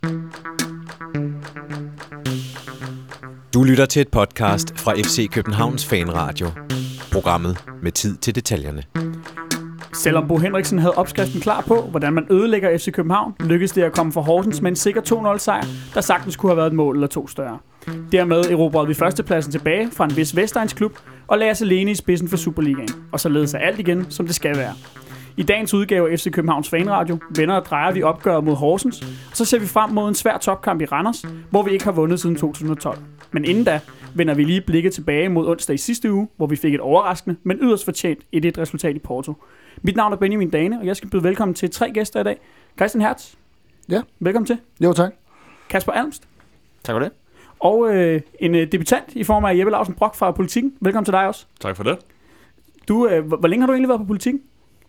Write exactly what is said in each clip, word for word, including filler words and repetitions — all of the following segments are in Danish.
Du lytter til et podcast fra F C Københavns Fanradio. Programmet med tid til detaljerne. Selvom Bo Henriksen havde opskriften klar på, hvordan man ødelægger F C København, lykkedes det at komme for Horsens med en sikker to nul sejr, der sagtens kunne have været et mål eller to større. Dermed erobrede vi førstepladsen tilbage fra en vis Vestegns klub og lagde os alene i spidsen for Superligaen, og således er alt igen, som det skal være. I dagens udgave af F C Københavns Fanradio vender og drejer vi opgøret mod Horsens, og så ser vi frem mod en svær topkamp i Randers, hvor vi ikke har vundet siden to tusind og tolv. Men inden da vender vi lige blikket tilbage mod onsdag i sidste uge, hvor vi fik et overraskende, men yderst fortjent et et resultat i Porto. Mit navn er Benjamin Dane, og jeg skal byde velkommen til tre gæster i dag. Christian Hertz. Ja. Velkommen til. Jo, tak. Kasper Almst. Tak for det. Og øh, en øh, debutant i form af Jeppe Lausen Brock fra Politikken. Velkommen til dig også. Tak for det. Du, øh, hvor, hvor længe har du egentlig været på Politikken?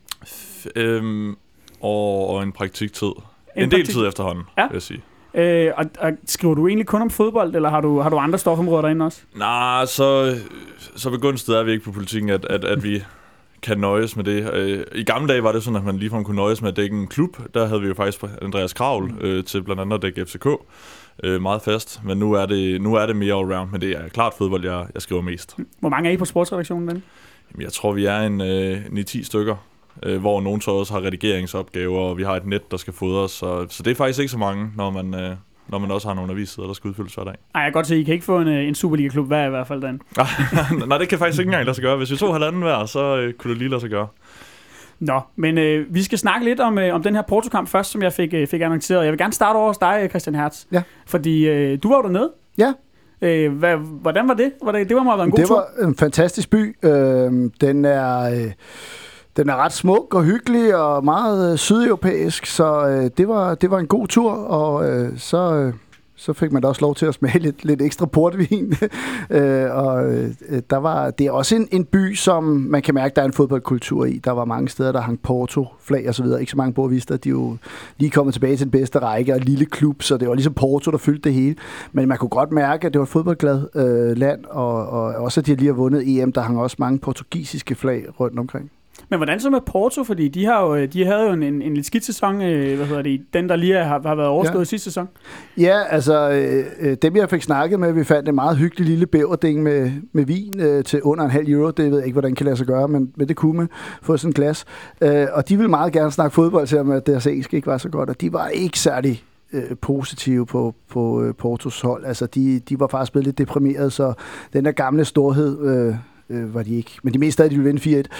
F- øhm, og, og en praktiktid. En, En en del praktik- tid efterhånden, Ja. vil jeg sige. Øh, og, og skriver du egentlig kun om fodbold, eller har du, har du andre stofområder derinde også? Nej, så, så begunstiget er vi ikke på Politikken, at, at, at vi kan nøjes med det. Øh, I gamle dage var det sådan, at man ligefrem kunne nøjes med at dække en klub. Der havde vi jo faktisk Andreas Kravl øh, til blandt andet at dække F C K. Øh, meget fast, men nu er det, nu er det mere all-round, men det er klart fodbold, jeg, jeg skriver mest. Hvor mange er I på sportsredaktionen den? Jamen, jeg tror, vi er en øh, ni ti stykker, øh, hvor nogen så også har redigeringsopgaver, og vi har et net, der skal fodres, så, så det er faktisk ikke så mange, når man, øh, når man også har nogle avissider, der skal udfyldes hver dag. Ej, jeg kan godt se, at I kan ikke få en, en Superliga-klub hver i hvert fald den. Nej, det kan faktisk ikke engang lade sig gøre. Hvis vi tog halvanden hver, så øh, kunne det lige lade sig gøre. Nå, men øh, vi skal snakke lidt om, øh, om den her Porto-kamp først, som jeg fik, øh, fik annonceret. Jeg vil gerne starte over hos dig, Christian Hertz. Ja. Fordi øh, du var jo dernede. Ja. Øh, hvad, hvordan var det? Var det? Det var meget en god Det tur. var en fantastisk by. Øh, den er... Øh Den er ret smuk og hyggelig og meget øh, sydeuropæisk, så øh, det, var, det var en god tur, og øh, så, øh, så fik man da også lov til at smage lidt, lidt ekstra portvin. øh, og øh, der var, det er også en, en by, som man kan mærke, der er en fodboldkultur i. Der var mange steder, der hang Porto-flag og så videre. Ikke så mange borgvister, de er jo lige kommet tilbage til den bedste række og en lille klub, så det var ligesom Porto, der fyldte det hele. Men man kunne godt mærke, at det var et fodboldglad øh, land, og, og også at de lige har vundet E M, der hang også mange portugisiske flag rundt omkring. Men hvordan så med Porto? Fordi de, har jo, de havde jo en, en, en lidt skidt sæson, øh, hvad hedder det, den der lige har, har været overstået ja. sidste sæson. Ja, altså øh, dem jeg fik snakket med, vi fandt en meget hyggelig lille bæverding med, med vin øh, til under en halv euro. Det ved jeg ikke, hvordan kan lade sig gøre, men, men det kunne man få sådan en glas. Øh, og de ville meget gerne snakke fodbold, selvom at deres engelsk ikke var så godt, og de var ikke særlig øh, positive på, på øh, Portos hold. Altså de, de var faktisk blevet lidt deprimerede, så den der gamle storhed øh, øh, var de ikke. Men de mest stadig, de ville vinde fire et.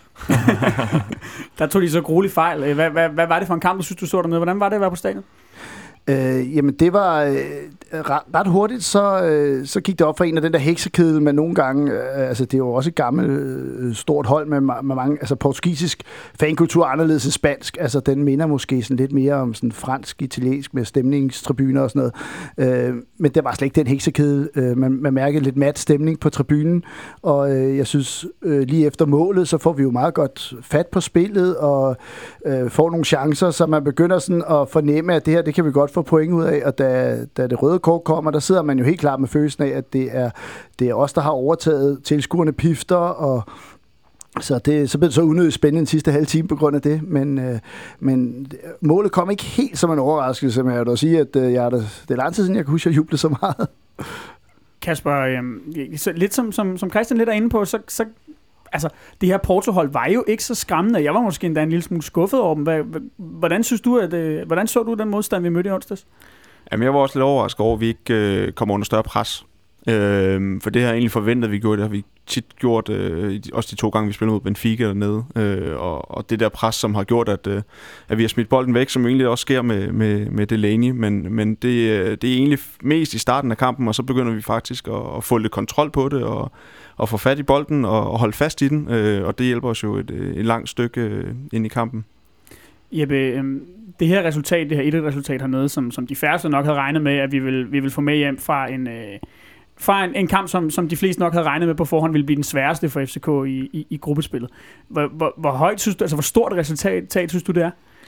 Der tog de så grueligt fejl. Hvad, hvad, hvad var det for en kamp, du synes, du så dernede? Hvordan var det at være på stadion? Øh, jamen det var øh, ret, ret hurtigt, så, øh, så gik det op for en af den der heksekedel, men nogle gange, øh, altså det er jo også et gammelt øh, stort hold med, med mange, altså portugisisk fankultur anderledes end spansk, altså den minder måske sådan lidt mere om sådan fransk, italiensk med stemningstribuner og sådan noget, øh, men det var slet ikke den heksekedel, øh, man, man mærkede lidt mat stemning på tribunen, og øh, jeg synes øh, lige efter målet, så får vi jo meget godt fat på spillet, og øh, får nogle chancer, så man begynder sådan at fornemme, at det her, det kan vi godt få point ud af, og da, da det røde kort kommer, der sidder man jo helt klart med følelsen af, at det er, det er os, der har overtaget tilskuerne pifter, og så, det, så blev det så unødigt spændende den sidste halve time på grund af det, men, øh, men målet kom ikke helt som en overraskelse, men jeg vil da sige, at øh, jeg, det er lang tid siden, jeg kan huske, at jeg jublede så meget. Kasper, øh, så lidt som, som, som Christian lidt er inde på, så, så altså, det her Porto-hold var jo ikke så skræmmende. Jeg var måske endda en lille smule skuffet over dem. Hvordan synes du, at, øh, hvordan så du den modstand, vi mødte i onsdags? Jamen, jeg var også lidt overrasket over, at vi ikke øh, kommer under større pres. Øh, for det har jeg egentlig forventet, at vi gjorde. Det har vi tit gjort, øh, også de to gange, vi spillede mod Benfica dernede. Øh, og, og det der pres, som har gjort, at, øh, at vi har smidt bolden væk, som egentlig også sker med, med, med Delaney. Men, men det, det er egentlig mest i starten af kampen, og så begynder vi faktisk at, at få lidt kontrol på det, og og få fat i bolden og, og holde fast i den, øh, og det hjælper os jo et, et langt stykke øh, ind i kampen. Jeppe, øh, det her resultat, det her et et-resultat hernede, som, som de færreste nok havde regnet med, at vi vil, vi vil få med hjem fra en, øh, fra en, en kamp, som, som de fleste nok havde regnet med på forhånd, ville blive den sværeste for F C K i, i, i gruppespillet. Hvor, hvor, hvor højt synes du, altså hvor stort et resultat synes du, det er?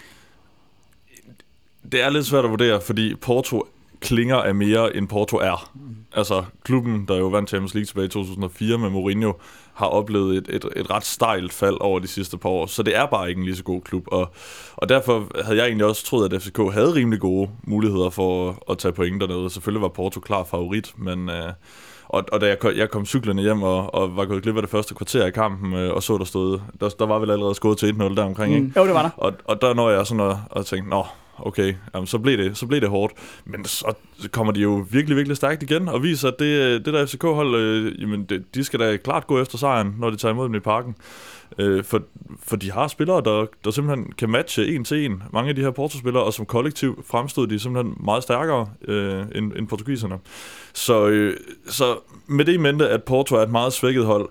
Det er lidt svært at vurdere, fordi Porto klinger af mere, end Porto er. Altså, klubben, der jo vandt Champions League tilbage i to tusind og fire med Mourinho, har oplevet et, et, et ret stejlt fald over de sidste par år, så det er bare ikke en lige så god klub, og, og derfor havde jeg egentlig også troet, at F C K havde rimelig gode muligheder for at, at tage point dernede. Selvfølgelig var Porto klar favorit, men... Øh, Og, og da jeg kom, jeg kom cyklerne hjem og, og var gået glip af det første kvarter i kampen, øh, og så der stod, der, der var vel allerede skåret til et nul der omkring, ikke? Mm. Jo, det var der. Og, og der når jeg sådan og, og tænkte, nå, okay, jamen, så, blev det, så blev det hårdt. Men så kommer de jo virkelig, virkelig stærkt igen, og viser, at det, det der F C K-hold, øh, jamen, det, de skal da klart gå efter sejren, når de tager imod dem i parken. Øh, for, for de har spillere, der, der simpelthen kan matche en til en. Mange af de her Porto-spillere, og som kollektiv fremstod de simpelthen meget stærkere øh, end, end portugiserne. Så, øh, så med det i mente, at Porto er et meget svækket hold,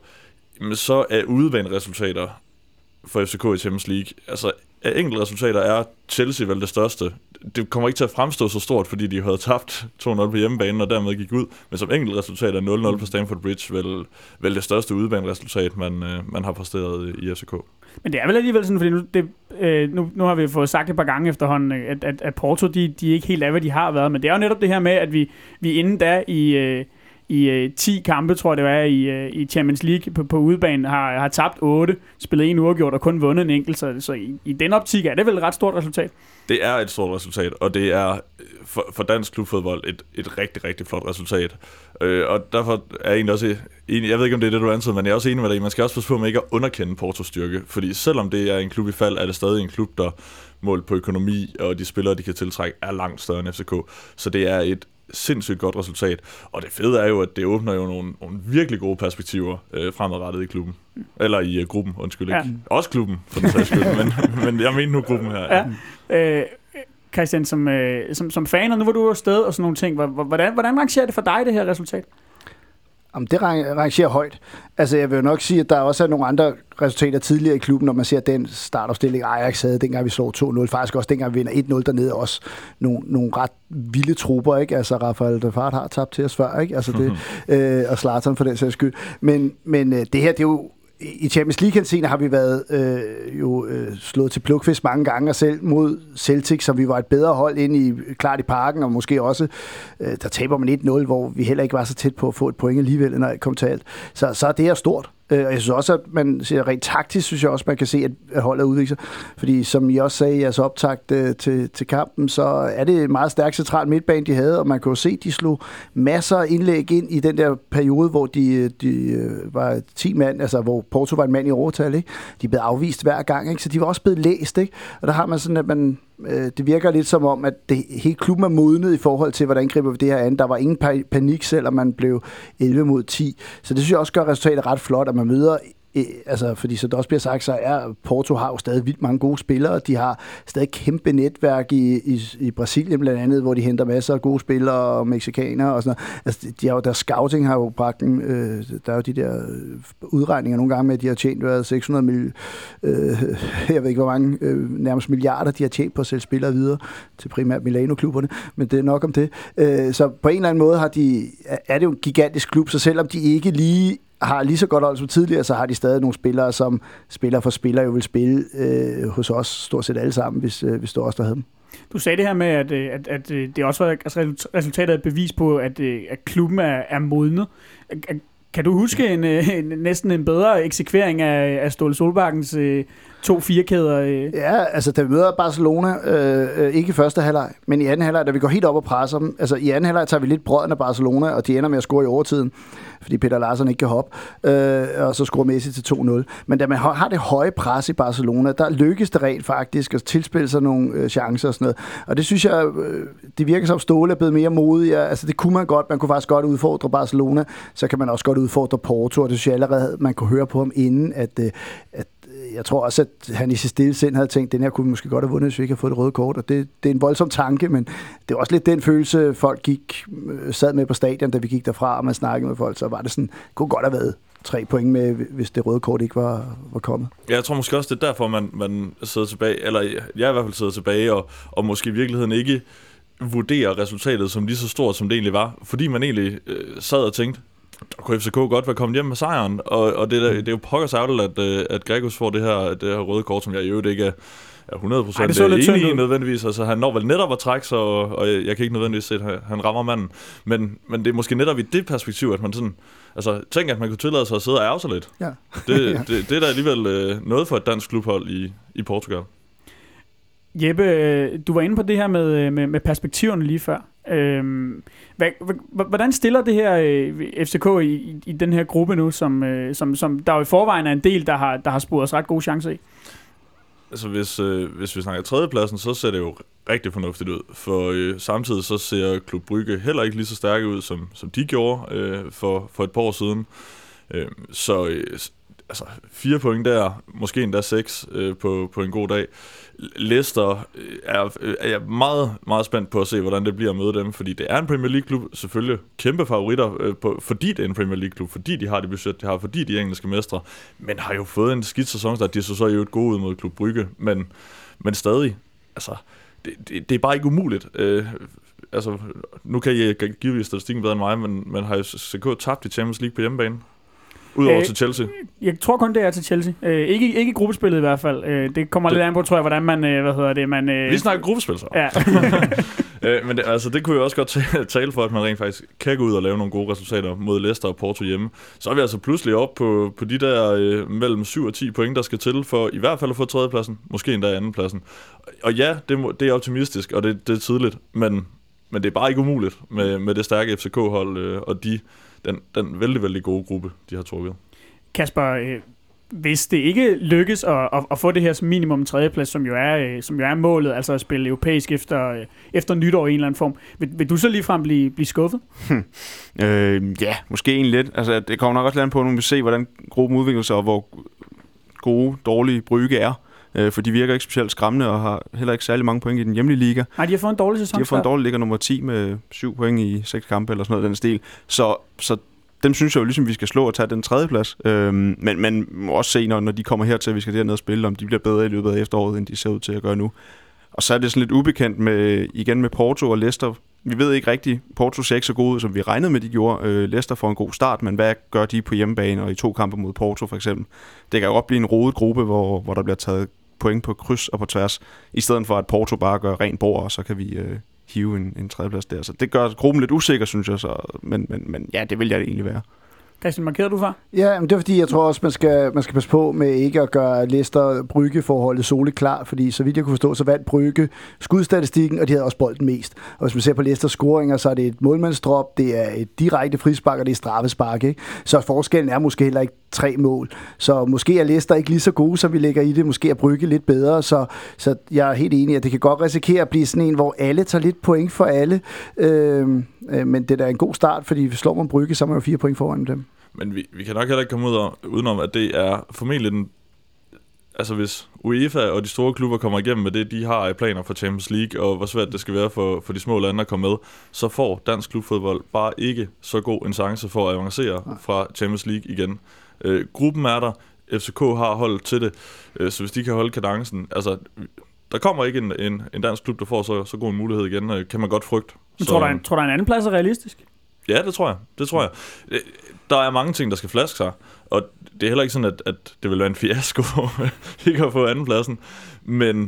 så er udebaneresultater for F C K i Champions League, altså af enkelte resultater er Chelsea vel det største. Det kommer ikke til at fremstå så stort, fordi de havde tabt to nul på hjemmebanen og dermed gik ud, men som enkelt resultat er nul nul på Stamford Bridge vel, vel det største udebaneresultat, man, man har præsteret i F C K. Men det er vel alligevel sådan, fordi nu, det, øh, nu, nu har vi fået sagt et par gange efterhånden, at, at, at Porto, de, de ikke helt er, hvad de har været, men det er jo netop det her med, at vi, vi inden da i... Øh, i øh, ti kampe, tror jeg det var, i, øh, i Champions League på, på udebane, har, har tabt otte, spillet en uafgjort og kun vundet en enkelt, så, så i, i den optik er det vel et ret stort resultat? Det er et stort resultat, og det er for, for dansk klubfodbold et, et rigtig, rigtig flot resultat. Øh, og derfor er jeg egentlig også enig, jeg ved ikke om det er det, du antyder, men jeg er også enig med dig, man skal også passe på med ikke at underkende Portos styrke, fordi selvom det er en klub i fald, er det stadig en klub, der målt på økonomi, og de spillere, de kan tiltrække, er langt større end F C K, så det er et sindssygt godt resultat. Og det fede er jo, at det åbner jo nogle, nogle virkelig gode perspektiver øh, fremadrettet i klubben. Eller i uh, gruppen, undskyld ikke. Ja. Også klubben, for den sags skyld, men, men jeg mener nu gruppen her. Ja. Øh, Christian, som, øh, som, som fan, og nu var du afsted og sådan nogle ting, hvordan, hvordan rangerer det for dig, det her resultat? Jamen, det rangerer højt. Altså, jeg vil jo nok sige, at der også er nogle andre resultater tidligere i klubben, når man ser den startopstilling, Ajax havde, dengang vi slog to nul. Faktisk også dengang vi vinder et nul dernede, også nogle, nogle ret vilde trupper, ikke? Altså, Rafael de Fart har tabt til os før, ikke? Altså, det, mm-hmm. øh, og Zlatan for den sags skyld. Men, men øh, det her, det er jo i Champions League-henseende har vi været øh, jo øh, slået til plukfisk mange gange, og selv mod Celtic, så vi var et bedre hold ind i, klart i parken, og måske også, øh, der taber man et nul, hvor vi heller ikke var så tæt på at få et point alligevel, når det kom til alt. Så, så er det her stort. Og jeg synes også, at man ser rent taktisk, synes jeg også, man kan se, at holdet udvikler sig. Fordi som I også sagde i jeres optakt til, til kampen, så er det et meget stærkt centralt midtbane, de havde, og man kan jo se, at de slog masser af indlæg ind i den der periode, hvor de, de var ti mand, altså hvor Porto var en mand i overtal, ikke? De blev afvist hver gang, ikke? Så de var også blevet læst, ikke? Og der har man sådan, at man... Det virker lidt som om, at det, hele klubben er modnet i forhold til, hvordan griber vi det her an. Der var ingen panik, selvom man blev elleve mod ti. Så det synes jeg også gør resultatet ret flot, at man møder... Altså, fordi så det også bliver sagt, så er Porto har jo stadig vildt mange gode spillere. De har stadig kæmpe netværk i, i, i Brasilien blandt andet, hvor de henter masser af gode spillere og mexikanere og sådan noget. Altså, de har jo, deres scouting har jo bragt dem, øh, der er jo de der udregninger nogle gange med, at de har tjent været seks hundrede mil, øh, jeg ved ikke hvor mange, øh, nærmest milliarder, de har tjent på at sælge spillere videre til primært Milano-klubberne, men det er nok om det. Øh, så på en eller anden måde har de, er det jo en gigantisk klub, så selvom de ikke lige har lige så godt hold som tidligere, så har de stadig nogle spillere, som spiller for spiller jo vil spille øh, hos os stort set alle sammen, hvis, øh, hvis det også der havde dem. Du sagde det her med, at, at, at det også var altså resultatet af et bevis på, at, at klubben er, er modnet. Kan du huske en, en, næsten en bedre eksekvering af, af Ståle Solbakkens øh, to firekæder? Øh? Ja, altså da vi møder Barcelona, øh, ikke i første halvleg, men i anden halvleg, da vi går helt op og presser dem, altså i anden halvleg tager vi lidt brøden af Barcelona, og de ender med at score i overtiden, fordi Peter Larsson ikke kan hoppe, øh, og så scorer Messi til to nul. Men da man har det høje pres i Barcelona, der lykkes det rent faktisk at tilspille sig nogle øh, chancer og sådan noget. Og det synes jeg, øh, det virker som Ståle er blevet mere modig. Altså det kunne man godt, man kunne faktisk godt udfordre Barcelona, så kan man også godt udfordre Porto, og det synes jeg allerede, man kunne høre på ham inden, at, øh, at jeg tror også, at han i sit stille sind havde tænkt, den her kunne vi måske godt have vundet, hvis vi ikke havde fået det røde kort, og det, det er en voldsom tanke, men det er også lidt den følelse, folk gik, sad med på stadion, da vi gik derfra, og man snakkede med folk, så var det sådan, kunne godt have været tre point med, hvis det røde kort ikke var, var kommet. Ja, jeg tror måske også, det er derfor, man, man sidder tilbage, eller jeg i hvert fald sidder tilbage, og, og måske i virkeligheden ikke vurderer resultatet som lige så stort, som det egentlig var, fordi man egentlig øh, sad og tænkte, der kunne F C K godt være kommet hjem med sejren, og, og det, der, det er jo pokkers ærgerligt, at, at Gregos får det her, det her røde kort, som jeg i øvrigt ikke er, er hundrede procent enig i nødvendigvis. Altså, han når vel netop at trække sig, og, og jeg kan ikke nødvendigvis se, at han rammer manden. Men, men det er måske netop i det perspektiv, at man sådan... Altså, tænk, at man kunne tillade sig at sidde og ærge sig lidt. Ja. Det, ja. det, det er da alligevel øh, noget for et dansk klubhold i, i Portugal. Jeppe, du var inde på det her med, med, med perspektiverne lige før. Øhm, hvad, hvordan stiller det her øh, F C K i, i, i den her gruppe nu, som, øh, som, som der jo i forvejen er en del, der har, der har sporet ret gode chancer i? Altså, hvis, øh, hvis vi snakker tredjepladsen, så ser det jo rigtig fornuftigt ud. For øh, samtidig så ser Klub Brygge heller ikke lige så stærke ud, som, som de gjorde øh, for, for et par år siden. Øh, så øh, altså, fire point der, måske endda seks øh, på, på en god dag. Leicester er, er jeg meget, meget spændt på at se, hvordan det bliver at møde dem, fordi det er en Premier League-klub, selvfølgelig kæmpe favoritter, øh, på, fordi det er en Premier League-klub, fordi de har det budget, de har, fordi de er engelske mestre, men har jo fået en skidt sæson, der de så så jo et gode ud mod Klub Brygge, men, men stadig, altså, det, det, det er bare ikke umuligt. Øh, altså, nu kan I give statistikken bedre end mig, men, men har jo C K tabt i Champions League på hjemmebane? Udover øh, til Chelsea? Jeg tror kun, det er til Chelsea. Øh, ikke, ikke i gruppespillet i hvert fald. Øh, det kommer det, lidt an på, tror jeg, hvordan man... Øh, hvad hedder det? Man, øh, vi snakker gruppespil, så. Ja. øh, men det, altså, det kunne jo også godt tale for, at man rent faktisk kan gå ud og lave nogle gode resultater mod Leicester og Porto hjemme. Så er vi altså pludselig op på, på de der øh, mellem syv og ti point, der skal til for i hvert fald at få tredjepladsen. Måske endda andenpladsen. Og ja, det, må, det er optimistisk, og det, det er tidligt. Men, men det er bare ikke umuligt med, med det stærke F C K-hold øh, og de... Den, den vældig, vældig gode gruppe, de har trukket. Kasper, øh, hvis det ikke lykkes at, at, at få det her som minimum tredjeplads, som jo er, øh, som jo er målet, altså at spille europæisk efter, øh, efter nytår i en eller anden form, vil, vil du så ligefrem blive, blive skuffet? Hmm. Øh, ja, måske egentlig lidt. Altså, det kommer nok også lidt på, når vi ser, hvordan gruppen udvikler sig, og hvor gode, dårlige Brygge er. For de virker ikke specielt skræmmende, og har heller ikke særlig mange point i den hjemlige liga. Nej, de har fået en dårlig sæson. De har fået en dårlig liga nummer ti med syv point i seks kampe, eller sådan noget af den stil. Så, så dem synes jeg jo ligesom, vi skal slå og tage den tredje plads. Øhm, men man må også se, når, når de kommer hertil, at vi skal derned og spille, om de bliver bedre i løbet af efteråret, end de ser ud til at gøre nu. Og så er det sådan lidt ubekendt med, igen med Porto og Leicester. Vi ved ikke rigtigt, Porto ser ikke så god ud, som vi regnede med, de gjorde. Øh, Leicester får en god start, men hvad gør de på hjemmebane og i to kampe mod Porto for eksempel? Det kan jo godt blive en rodet gruppe, hvor, hvor der bliver taget point på kryds og på tværs, i stedet for at Porto bare gør rent bord, og så kan vi øh, hive en, en tredjeplads der. Så det gør gruppen lidt usikker, synes jeg, så, men, men, men ja, det vil jeg det egentlig være. Christian, markerer du for? Ja, men det er fordi, jeg tror også, man skal, man skal passe på med ikke at gøre Leicester Brygge-forholdet soleklart, fordi så vidt jeg kunne forstå, så vandt Brygge skudstatistikken, og de havde også bolden mest. Og hvis man ser på Leicesters scoringer, så er det et målmandsdrop, det er et direkte frispark, og det er straffespark, ikke? Så forskellen er måske heller ikke tre mål. Så måske er Leicester ikke lige så gode, som vi lægger i det. Måske er Brygge lidt bedre, så, så jeg er helt enig, at det kan godt risikere at blive sådan en, hvor alle tager lidt point for alle. Øh, øh, men det er da en god start, fordi vi slår man Brygge, så er man jo fire point foran dem. Men vi, vi kan nok heller ikke komme ud og, udenom, at det er formentlig den... Altså hvis UEFA og de store klubber kommer igennem med det, de har i planer for Champions League, og hvor svært det skal være for, for de små lande at komme med, så får dansk klubfodbold bare ikke så god en chance for at avancere fra Champions League igen. Øh, gruppen er der, F C K har holdt til det, øh, så hvis de kan holde kadencen... Altså, der kommer ikke en, en, en dansk klub, der får så, så god en mulighed igen, øh, kan man godt frygte. Så, tror du, en, tror du, en anden plads er realistisk? Ja, det tror jeg. Det tror jeg. Der er mange ting, der skal flaske sig, og det er heller ikke sådan, at, at det vil være en fiasko, ikke at få andenpladsen. Men,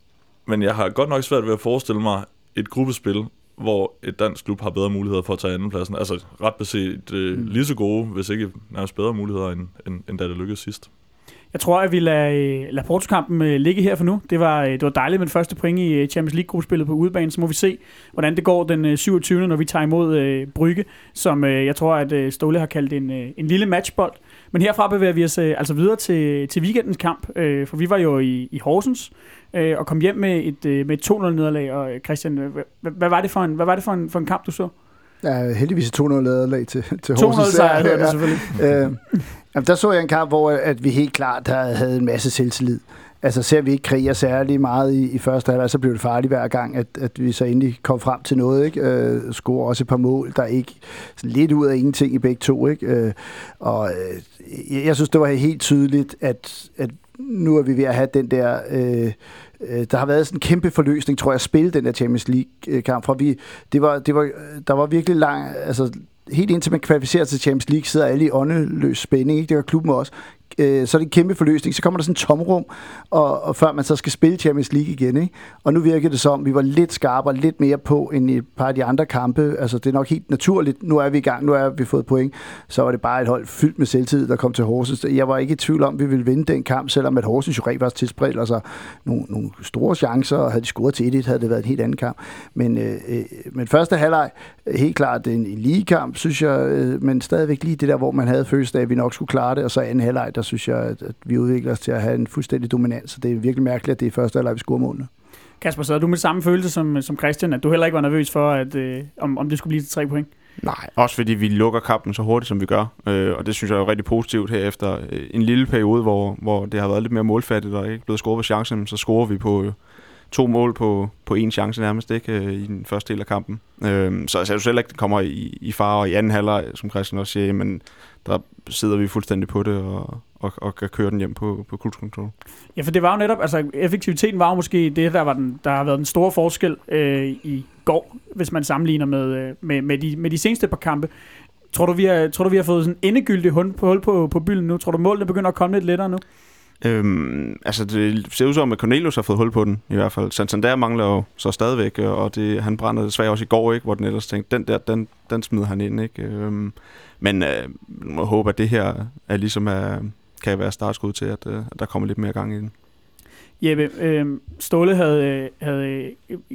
men jeg har godt nok svært ved at forestille mig et gruppespil, hvor et dansk klub har bedre muligheder for at tage andenpladsen. Altså ret beset øh, lige så gode, hvis ikke nærmest bedre muligheder, end, end, end da det lykkedes sidst. Jeg tror, at vi lader, lader Porto-kampen ligge her for nu. Det var, det var dejligt med den første point i Champions League-gruppespillet på udebane. Så må vi se, hvordan det går den syvogtyvende når vi tager imod øh, Brygge, som øh, jeg tror, at øh, Ståle har kaldt en, øh, en lille matchbold. Men herfra bevæger vi os øh, altså videre til, til weekendens kamp, øh, for vi var jo i, i Horsens øh, og kom hjem med et, øh, med et to nul nederlag. Og Christian, øh, hvad, hvad var det for en, hvad var det for en, for en kamp, du så? Ja, heldigvis et to nul nederlag til, til Horsens. to nul sejr, det ja, selvfølgelig. øh, jamen, der så jeg en kamp, hvor at vi helt klart havde en masse selvtillid. Altså ser vi ikke kriger særlig meget i, i første halvleg, så blev det farligt hver gang, at, at vi så endelig kom frem til noget. Ikke? Øh, scorer også et par mål, der ikke lidt ud af ingenting i begge to. Ikke? Øh, og øh, jeg, jeg synes, det var helt tydeligt, at, at nu er vi ved at have den der... Øh, Der har været sådan en kæmpe forløsning, tror jeg, at spille den der Champions League-kamp. For vi, det var, det var, der var virkelig lang... Altså, helt indtil man kvalificerer til Champions League, sidder alle i åndeløs spænding. Ikke? Det var klubben også. øh, så er det en kæmpe forløsning. Så kommer der sådan en tomrum, og, og før man så skal spille Champions League igen. Ikke? Og nu virker det som, vi var lidt skarpere, lidt mere på end i et par af de andre kampe. Altså, det er nok helt naturligt. Nu er vi i gang, nu er vi fået point. Så var det bare et hold fyldt med selvtid, der kom til Horsens. Jeg var ikke i tvivl om, at vi ville vinde den kamp, selvom at Horsens jo rent var tilspredt, altså nogle, nogle store chancer, og havde de scoret til et, havde det været en helt anden kamp. Men, øh, men første halvleg, helt klart en, en ligekamp, synes jeg, øh, men stadigvæk lige det der, hvor man havde følelsen af, at vi nok skulle klare det, og så anden halvleg, der synes jeg, at, at vi udvikler os til at have en fuldstændig dominans, så det er virkelig mærkeligt, at det er første halvleg, vi scorer målene. Kasper, så er du med samme følelse som, som Christian, at du heller ikke var nervøs for, at, øh, om, om det skulle blive til tre point? Nej, også fordi vi lukker kampen så hurtigt, som vi gør, øh, og det synes jeg er rigtig positivt her efter en lille periode, hvor, hvor det har været lidt mere målfattigt og ikke blevet scoret på chancen, så scorer vi på øh, to mål på, på én chance nærmest, ikke, øh, i den første del af kampen. Øh, så altså, jeg synes heller ikke, det kommer i, i fare, og i anden halvleg, som Christian også siger, men der sidder vi fuldstændig på det og, og, og kan køre den hjem på, på cruise control. Ja, for det var jo netop, altså effektiviteten var jo måske det, der, var den, der har været den store forskel øh, i går, hvis man sammenligner med, med, med, de, med de seneste par kampe. Tror du, vi har, tror du, vi har fået sådan endegyldigt hul på, hul på, på bylden nu? Tror du, målene begynder at komme lidt lettere nu? Øhm, altså det ser ud som, at Cornelius har fået hul på den, i hvert fald. Santander mangler jo så stadigvæk, og det, han brænder desværre også i går, ikke, hvor den ellers tænkte, den der, den, den smider han ind, ikke? Øhm, men øh, må håbe, at det her er ligesom er, kan være startskud til, at, at der kommer lidt mere gang i den. Jeppe, øh, Ståle havde, havde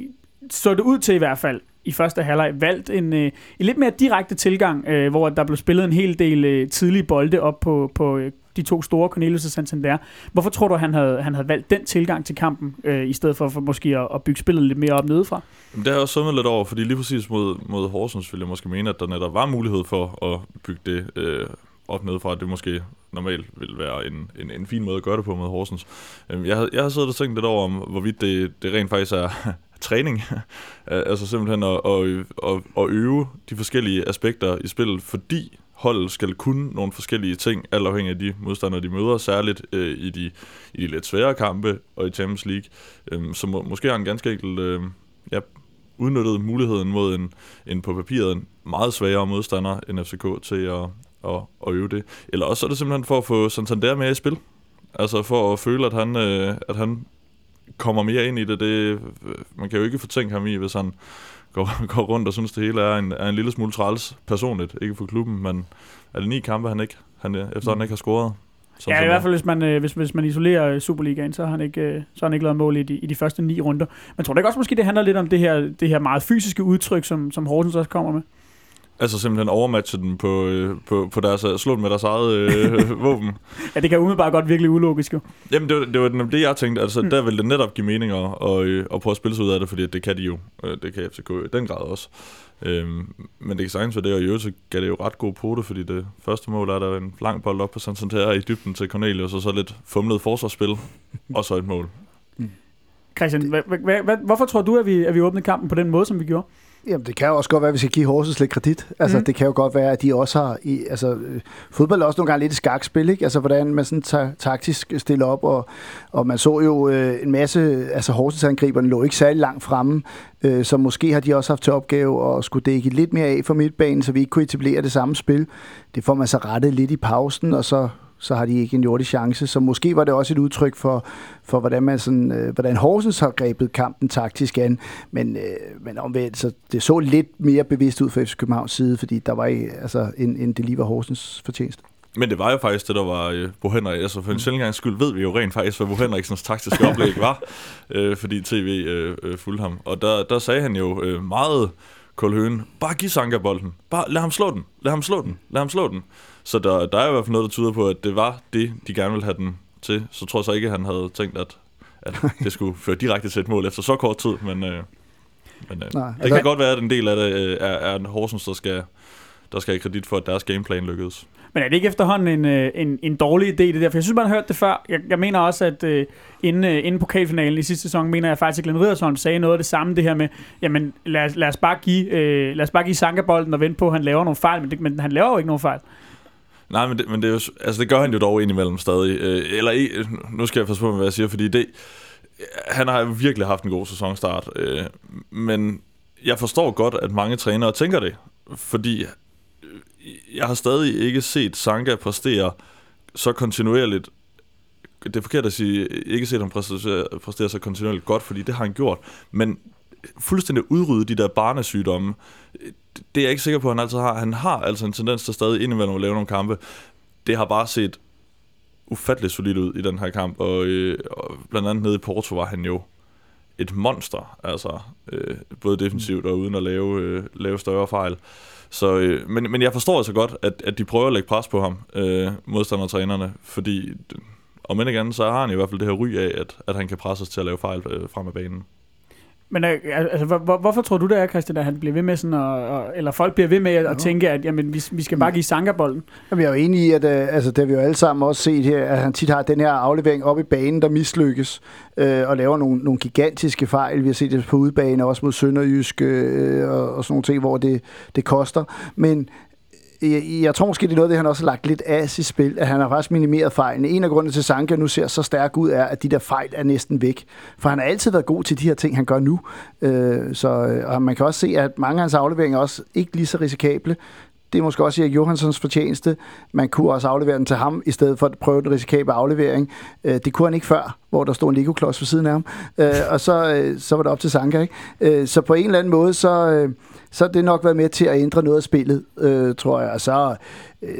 så det ud til i hvert fald i første halvleg valgt en, en lidt mere direkte tilgang, øh, hvor der blev spillet en hel del øh, tidlige bolde op på, på øh, de to store, Cornelius og Santander. Hvorfor tror du, han havde, han havde valgt den tilgang til kampen, øh, i stedet for, for måske at, at bygge spillet lidt mere op nedefra? Det har jeg også summet lidt over, fordi lige præcis mod, mod Horsens ville jeg måske mene, at der netop var mulighed for at bygge det øh, op nedefra. Det måske normalt ville være en, en, en fin måde at gøre det på mod Horsens. Jeg har, jeg har siddet og tænkt lidt over, om hvorvidt det, det rent faktisk er træning. Altså simpelthen at, at, at, at øve de forskellige aspekter i spillet, fordi holdet skal kunne nogle forskellige ting, alt afhængig af de modstandere, de møder, særligt øh, i, de, i de lidt svære kampe og i Champions League. Øhm, så må, måske har en ganske enkelt øh, ja, udnyttet muligheden mod en, en på papiret en meget svagere modstander end F C K til at, at, at øve det. Eller også er det simpelthen for at få Santander med i spil. Altså for at føle, at han, øh, at han kommer mere ind i det. det. Man kan jo ikke fortænke ham i, hvis han går, går rundt og synes, det hele er en, er en lille smule træls personligt. Ikke for klubben, men er det ni kampe, han ikke han efterhånden ikke har scoret? Ja, i hvert fald, hvis man, hvis, hvis man isolerer Superligaen, så har han ikke, så har han ikke lavet mål i de, i de første ni runder. Men tror du ikke også måske, det handler lidt om det her, det her meget fysiske udtryk, som, som Horsens også kommer med? Altså simpelthen overmatche den på, øh, på, på deres, slå den med deres eget øh, våben. Ja, det kan umiddelbart godt virkelig ulogisk jo. Jamen, det var, det var det, jeg tænkte. Altså, mm. der ville det netop give mening at, at, at prøve at spille sig ud af det, fordi det kan de jo. Det kan F C K i den grad også. Øhm, men det kan sagtens være det, og i øvrigt så gav det jo ret god pote, fordi det første mål er der en lang bold op på Santander i dybden til Cornelius, og så lidt fumlet forsvarsspil, og så et mål. Mm. Christian, hva, hva, hva, hvorfor tror du, at vi, at vi åbnede kampen på den måde, som vi gjorde? Jamen, det kan jo også godt være, at vi skal give Horsens lidt kredit. Altså, mm. det kan jo godt være, at de også har... I, altså, øh, fodbold er også nogle gange lidt et skakspil, ikke? Altså, hvordan man sådan ta- taktisk stiller op, og, og man så jo øh, en masse... Altså, Horsens-angriberne lå ikke særlig langt fremme, øh, så måske har de også haft til opgave at skulle dække lidt mere af for midtbanen, så vi ikke kunne etablere det samme spil. Det får man så rettet lidt i pausen, og så... så har de ikke en jordig chance. Så måske var det også et udtryk for, for hvordan, man sådan, øh, hvordan Horsens har grebet kampen taktisk an. Men, øh, men omvendt, så det så lidt mere bevidst ud fra F C Københavns side, fordi der var ikke, altså, en, en det lige var Horsens fortjeneste. Men det var jo faktisk det, der var øh, Bo Henrik. Altså for en sjældent gangs skyld ved vi jo rent faktisk, hvad Bo Henriksens taktiske oplæg var, øh, fordi T V øh, øh, fulgte ham. Og der, der sagde han jo øh, meget Kulhøen, bare giv Sanka bolden. Bare lad ham slå den. Lad ham slå den. Lad ham slå den. Så der, der er i hvert fald noget, der tyder på, at det var det, de gerne ville have den til. Så tror jeg så ikke, at han havde tænkt, at, at det skulle føre direkte til et mål efter så kort tid. Men, øh, men øh, Nej, det altså, kan godt være, at en del af det øh, er, er en Horsens, der skal, der skal have kredit for, at deres gameplan lykkedes. Men er det ikke efterhånden en, en, en dårlig idé, det der? For jeg synes, man har hørt det før. Jeg, jeg mener også, at uh, inden, uh, inden pokalfinalen i sidste sæson, mener jeg faktisk, at Glenn Riddersholm sagde noget af det samme, det her med, jamen lad, lad os bare give, uh, lad os bare give Sanka-bolden og vente på, at han laver nogle fejl, men, det, men han laver jo ikke nogen fejl. Nej, men det, men det, er jo, altså det gør han jo dog indimellem stadig. Øh, eller nu skal jeg passe på, hvad jeg siger, fordi det, han har virkelig haft en god sæsonstart. Øh, men jeg forstår godt, at mange trænere tænker det, fordi jeg har stadig ikke set Sanka præstere så kontinuerligt, det er forkert at sige, ikke set ham præstere, præstere så kontinuerligt godt, fordi det har han gjort, men fuldstændig udrydde de der barnesygdomme, det er jeg ikke sikker på, at han altid har. Han har altså en tendens til stadig indimellem at lave nogle kampe. Det har bare set ufatteligt solidt ud i den her kamp, og, øh, og blandt andet nede i Porto var han jo et monster, altså øh, både defensivt og uden at lave, øh, lave større fejl. Så, øh, men, men jeg forstår altså godt, at, at de prøver at lægge pres på ham, øh, modstandertrænerne, fordi om end ikke andet, så har han i hvert fald det her ry af, at, at han kan presses til at lave fejl øh, frem af banen. Men altså, hvor, hvorfor tror du det er, Christian, at han bliver ved med sådan, og, og, eller folk bliver ved med at, at tænke, at jamen, vi, vi skal bare give Sanka bolden? Jamen, jeg er jo enig i, at altså, det har vi jo alle sammen også set her, at han tit har den her aflevering op i banen, der mislykkes, øh, og laver nogle, nogle gigantiske fejl. Vi har set det på udebane, også mod Sønderjysk, øh, og, og sådan nogle ting, hvor det, det koster. Men Jeg, jeg tror måske, det er noget, det han også har lagt lidt as i spil, at han har faktisk minimeret fejlene. En af grundene til, at Sanka nu ser så stærk ud, er, at de der fejl er næsten væk. For han har altid været god til de her ting, han gør nu. Øh, så, og man kan også se, at mange af hans afleveringer er også ikke lige så risikable. Det er måske også Erik Johanssons fortjeneste. Man kunne også aflevere den til ham, i stedet for at prøve den risikable aflevering. Øh, det kunne han ikke før, hvor der stod en Lego-klods ved siden af ham. Øh, og så, øh, så var det op til Sanka, ikke? Øh, så på en eller anden måde, så... Øh, så har det nok været med til at ændre noget af spillet, øh, tror jeg. Og så, øh,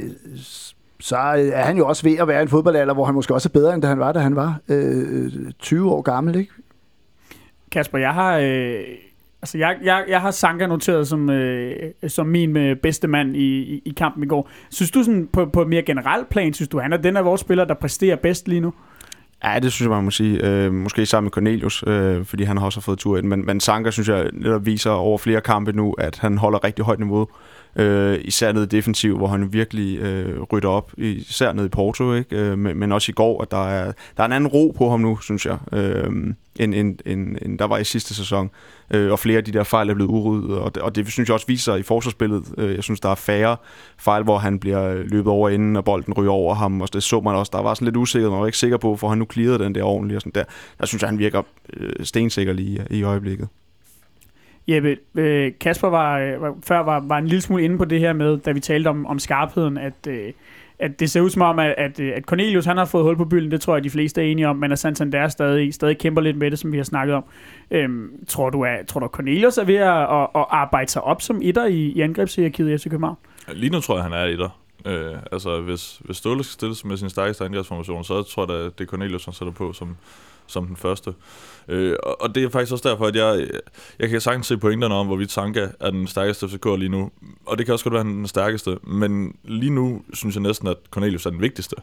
så er han jo også ved at være en fodboldalder, hvor han måske også er bedre, end da han var, da han var øh, tyve år gammel, ikke? Kasper, jeg har, øh, altså jeg, jeg, jeg har Sanka noteret som, øh, som min øh, bedste mand i, i, i kampen i går. Synes du sådan, på, på et mere generelt plan, synes du, han er den af vores spillere, der præsterer bedst lige nu? Ja, det synes jeg, man må sige. Øh, måske sammen med Cornelius, øh, fordi han har også fået tur ind. Men, men Sanka, synes jeg, netop viser over flere kampe nu, at han holder rigtig højt niveau. Øh, især nede defensiv, hvor han virkelig øh, rydder op, især nede i Porto, ikke? Øh, men, men også i går, at der er, der er en anden ro på ham nu, synes jeg, øh, end, end, end, end der var i sidste sæson. Øh, og flere af de der fejl er blevet udryddet, og det, og det synes jeg også viser i forsvarsspillet. Øh, jeg synes, der er færre fejl, hvor han bliver løbet over inden, og bolden ryger over ham, og det så man også. Der var sådan lidt usikker, man var ikke sikker på, for han nu clearede den der ordentligt, og sådan der. Der synes jeg, han virker øh, stensikker lige i øjeblikket. Jeppe, øh, Kasper var, var, før var, var en lille smule inde på det her med, da vi talte om, om skarpheden, at, øh, at det ser ud som om, at, at, at Cornelius han har fået hul på bylden, det tror jeg, de fleste er enige om, men at Santander stadig, stadig kæmper lidt med det, som vi har snakket om. Øhm, tror du, at, tror du Cornelius er ved at, at, at arbejde sig op som etter i, i angrebshierarkiet i F C København? Lige nu tror jeg, han er etter. Øh, altså, hvis, hvis Ståle skal stilles med sin stærkeste angrebsformation, så tror jeg, at det er Cornelius, han sætter på som, som den første. Øh, og, og det er faktisk også derfor, at jeg, jeg kan sagtens se pointerne om, hvorvidt Sanka er den stærkeste F C K'er lige nu. Og det kan også godt være, han er den stærkeste. Men lige nu synes jeg næsten, at Cornelius er den vigtigste.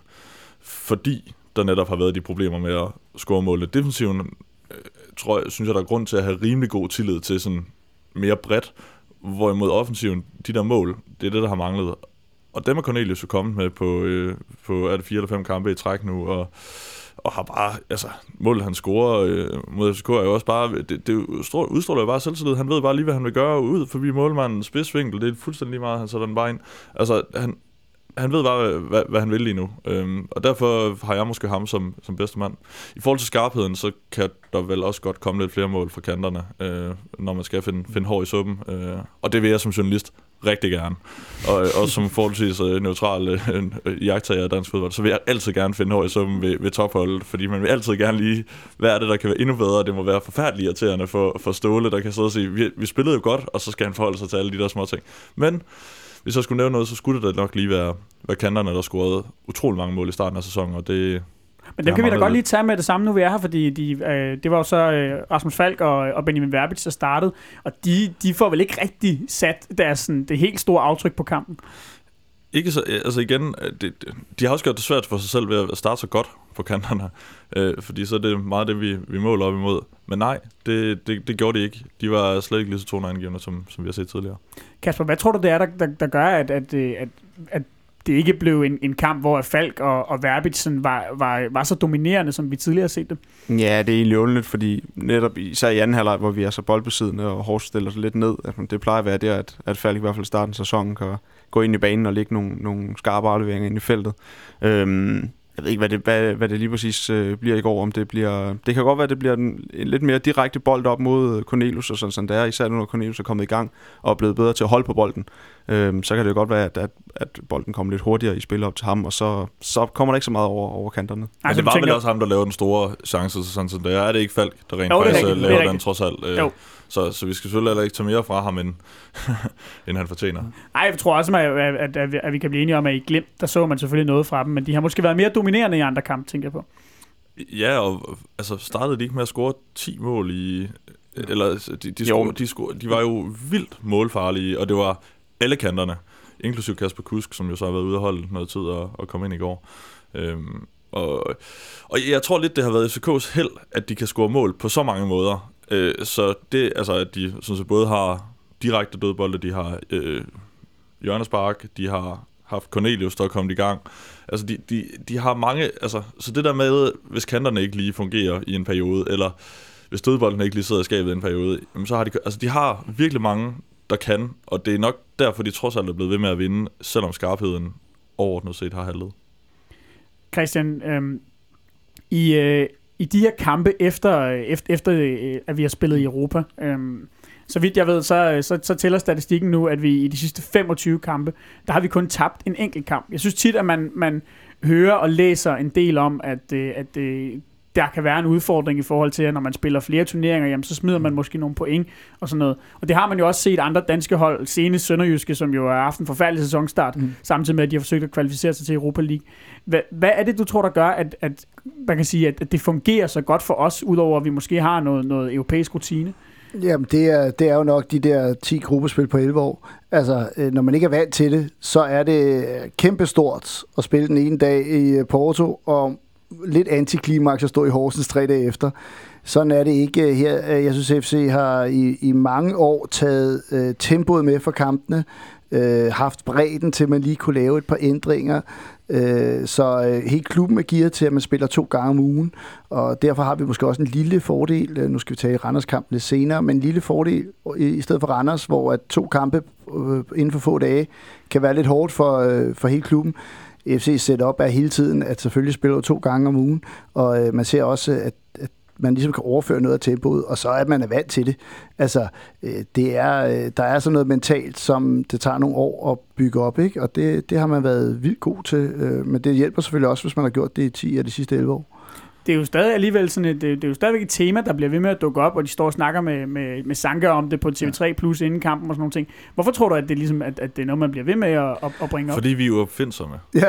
Fordi der netop har været de problemer med at score målene. Defensiven øh, tror jeg, synes jeg, der er grund til at have rimelig god tillid til sådan mere bredt. Hvorimod offensiven, de der mål, det er det, der har manglet. Og dem er Cornelius jo kommet med på, øh, på er det fire eller fem kampe i træk nu, og, og har bare, altså, målet han scorer øh, mod F C K er jo også bare, det, det udstråler jo bare selvtillid. Han ved bare lige, hvad han vil gøre ud forbi målmanden, spidsvinkel, det er fuldstændig lige meget, han sætter den bare ind. Altså, han, han ved bare, hvad, hvad, hvad han vil lige nu, øhm, og derfor har jeg måske ham som, som bedste mand. I forhold til skarpheden, så kan der vel også godt komme lidt flere mål fra kanterne, øh, når man skal finde, finde hår i suppen, øh, og det vil jeg som journalist rigtig gerne. Og også som forholdsvis uh, neutral uh, iagttager af dansk fodbold, så vil jeg altid gerne finde hår i summen ved, ved topholdet, fordi man vil altid gerne lige, hvad er det, der kan være endnu bedre. Det må være forfærdeligt irriterende for, for Ståle, der kan sidde og sige, vi, vi spillede jo godt, og så skal han forholde sig til alle de der små ting. Men hvis jeg skulle nævne noget, så skulle det da nok lige være, være kanterne, der scorede utrolig mange mål i starten af sæsonen, og det... Men dem kan vi da godt lige tage med det samme, nu vi er her, fordi de, øh, det var jo så øh, Rasmus Falk og, og Benjamin Verbic, der startede, og de, de får vel ikke rigtig sat deres, sådan, det helt store aftryk på kampen? Ikke så, altså igen, det, de har også gjort det svært for sig selv ved at starte så godt på kanterne, øh, fordi så er det meget det, vi, vi måler op imod. Men nej, det, det, det gjorde de ikke. De var slet ikke lige så toneangivende, som, som vi har set tidligere. Kasper, hvad tror du, det er, der, der, der gør, at, at, at, at det ikke blev en, en kamp, hvor Falk og, og Verbic var, var, var så dominerende, som vi tidligere har set det? Ja, det er egentlig underligt, fordi netop især i anden halvleg, hvor vi er så boldbesiddende og hårdt stiller sig lidt ned, at det plejer at være der, at, at Falk i hvert fald i starten af sæsonen kan gå ind i banen og lægge nogle, nogle skarpe afleveringer ind i feltet. Øhm, Jeg ved ikke, hvad det, hvad, hvad det lige præcis øh, bliver i går, om det bliver... Det kan godt være, at det bliver en, en lidt mere direkte bold op mod Cornelius, og sådan, sådan det er, især nu, når Cornelius er kommet i gang og er blevet bedre til at holde på bolden. Øhm, så kan det godt være, at, at, at bolden kommer lidt hurtigere i spil op til ham, og så, så kommer der ikke så meget over, over kanterne. Men det var vel også ham, der lavede den store chance, sådan som det er. Er det ikke Falk, der rent jo, faktisk rigtigt, laver den trods alt? Øh, jo. Så, så vi skal selvfølgelig heller ikke tage mere fra ham, end, end han fortjener. Nej, jeg tror også, at, at, at, at vi kan blive enige om, at i Glimt, der så man selvfølgelig noget fra dem, men de har måske været mere dominerende i andre kampe, tænker jeg på. Ja, og altså, startede de ikke med at score ti mål i... Eller de, de, score, de, score, de var jo vildt målfarlige, og det var alle kanterne, inklusive Kasper Kusk, som jo så har været ude at holde noget tid og, og komme ind i går. Øhm, og, og jeg tror lidt, det har været F C K's held, at de kan score mål på så mange måder. Øh, så det, altså, at de sådan set både har direkte dødbolde, de har øh, hjørnespark, de har haft Cornelius, der er kommet i gang. Altså, de, de, de har mange... Altså, så det der med, hvis kanterne ikke lige fungerer i en periode, eller hvis dødbolden ikke lige sidder i skabet i en periode, så har de... Altså, de har virkelig mange, der kan, og det er nok derfor, de trods alt er blevet ved med at vinde, selvom skarpheden overordnet set har haltet. Christian, øhm, i, øh, i de her kampe efter, efter, efter øh, at vi har spillet i Europa, øhm, så vidt jeg ved, så, så, så tæller statistikken nu, at vi i de sidste femogtyve kampe, der har vi kun tabt en enkelt kamp. Jeg synes tit, at man, man hører og læser en del om, at, at, at der kan være en udfordring i forhold til, at når man spiller flere turneringer, jamen, så smider man måske nogle point og sådan noget. Og det har man jo også set andre danske hold, senest Sønderjyske, som jo har haft en forfærdelig sæsonstart, mm. samtidig med, at de har forsøgt at kvalificere sig til Europa League. Hvad, hvad er det, du tror, der gør, at, at, man kan sige, at, at det fungerer så godt for os, udover at vi måske har noget, noget europæisk rutine? Jamen, det er, det er jo nok de der ti gruppespil på elleve år. Altså, når man ikke er vant til det, så er det kæmpestort at spille den ene dag i Porto, og lidt antiklimaks at stå i Horsens tre dage efter. Sådan er det ikke her. Jeg synes, F C har i, i mange år taget øh, tempoet med for kampene, øh, haft bredden til, at man lige kunne lave et par ændringer. Øh, så øh, helt klubben er gearet til, at man spiller to gange om ugen, og derfor har vi måske også en lille fordel. Nu skal vi tage Randers-kampen lidt senere, men en lille fordel i, i stedet for Randers, hvor at to kampe øh, inden for få dage kan være lidt hårdt for, øh, for hele klubben. F C's setup er hele tiden, at selvfølgelig spiller to gange om ugen, og øh, man ser også, at, at man ligesom kan overføre noget af tempoet, og så er man vant til det. Altså, øh, det er, øh, der er sådan noget mentalt, som det tager nogle år at bygge op, ikke? Og det, det har man været vildt god til, øh, men det hjælper selvfølgelig også, hvis man har gjort det i ti af de sidste elleve år. Det er jo stadig alligevel sådan et, det er jo stadigvæk et tema, der bliver ved med at dukke op, og de står og snakker med, med, med Sanka om det på T V tre plus inden kampen og sådan nogle ting. Hvorfor tror du, at det, er ligesom, at, at det er noget, man bliver ved med at, at, at bringe op? Fordi vi er jo opfindsomme. Ja.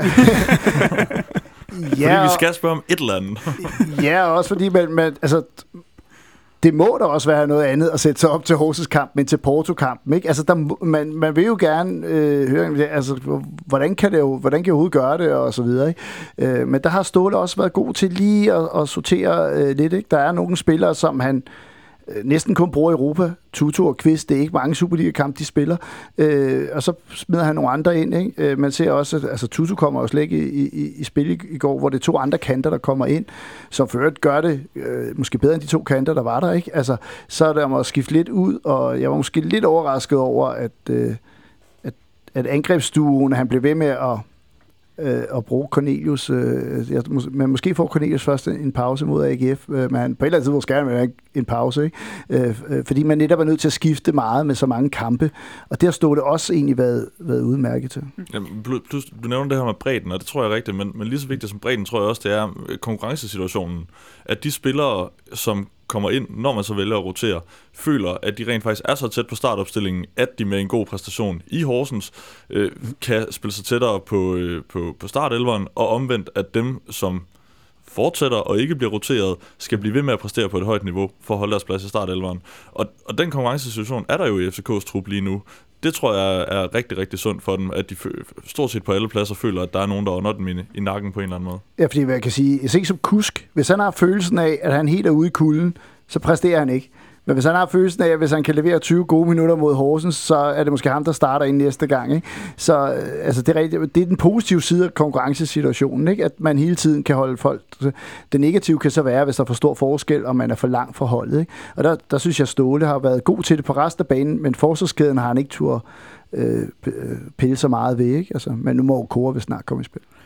Fordi ja, vi skal spørge om et eller andet. Ja, også fordi man, man, altså, det må da også være noget andet at sætte sig op til Horsens kamp, men til Porto-kampen, ikke? Altså, der, man, man vil jo gerne øh, høre, altså, hvordan kan det jo, hvordan kan jeg overhovedet gøre det, og så videre, ikke? Øh, men der har Ståle også været god til lige at, at sortere øh, lidt, ikke? Der er nogle spillere, som han øh, næsten kun bruger i Europa. Tutu og Kvist, det er ikke mange Superliga-kampe, de spiller. Øh, og så smider han nogle andre ind, ikke? Øh, man ser også, at altså, Tutu kommer jo slet ikke i, i, i spil i, i går, hvor det er to andre kanter, der kommer ind, som for øvrigt gør det øh, måske bedre end de to kanter, der var der, ikke? Altså, så er der må skifte lidt ud, og jeg var måske lidt overrasket over, at, øh, at, at angrebsduoen, han blev ved med at Øh, og bruge Cornelius. Øh, jeg, mås- men måske får Cornelius først en pause mod A G F, øh, men han på et eller andet tidspunkt skal han have en pause, ikke? Øh, øh, fordi man netop er nødt til at skifte meget med så mange kampe, og det har stået det også egentlig været, været udmærket til. Jamen, plus, du nævner det her med bredden, og det tror jeg er rigtigt, men, men lige så vigtigt som bredden, tror jeg også, det er konkurrencesituationen. At de spillere, som kommer ind, når man så vælger at rotere, føler, at de rent faktisk er så tæt på startopstillingen, at de med en god præstation i Horsens øh, kan spille sig tættere på, øh, på, på startelveren, og omvendt, at dem, som fortsætter og ikke bliver roteret, skal blive ved med at præstere på et højt niveau for at holde deres plads i startelveren. Og, og den konkurrencesituation er der jo i F C K's trup lige nu. Det tror jeg er rigtig, rigtig sundt for dem, at de stort set på alle pladser føler, at der er nogen, der under dem i, i nakken på en eller anden måde. Ja, fordi jeg kan sige, jeg ser ikke som Kusk. Hvis han har følelsen af, at han helt er ude i kulden, så præsterer han ikke. Men hvis han har følelsen af, at hvis han kan levere tyve gode minutter mod Horsens, så er det måske ham, der starter ind næste gang, ikke? Så altså, det, er rigtigt, det er den positive side af konkurrencesituationen, ikke? At man hele tiden kan holde folk. Det negative kan så være, hvis der er for stor forskel, og man er for langt fra holdet, ikke? Og der, der synes jeg, Ståle har været god til det på resten af banen, men forsvarskæden har han ikke tur øh, pille så meget ved, ikke? Altså, men nu må Kåre vil snart komme i spil.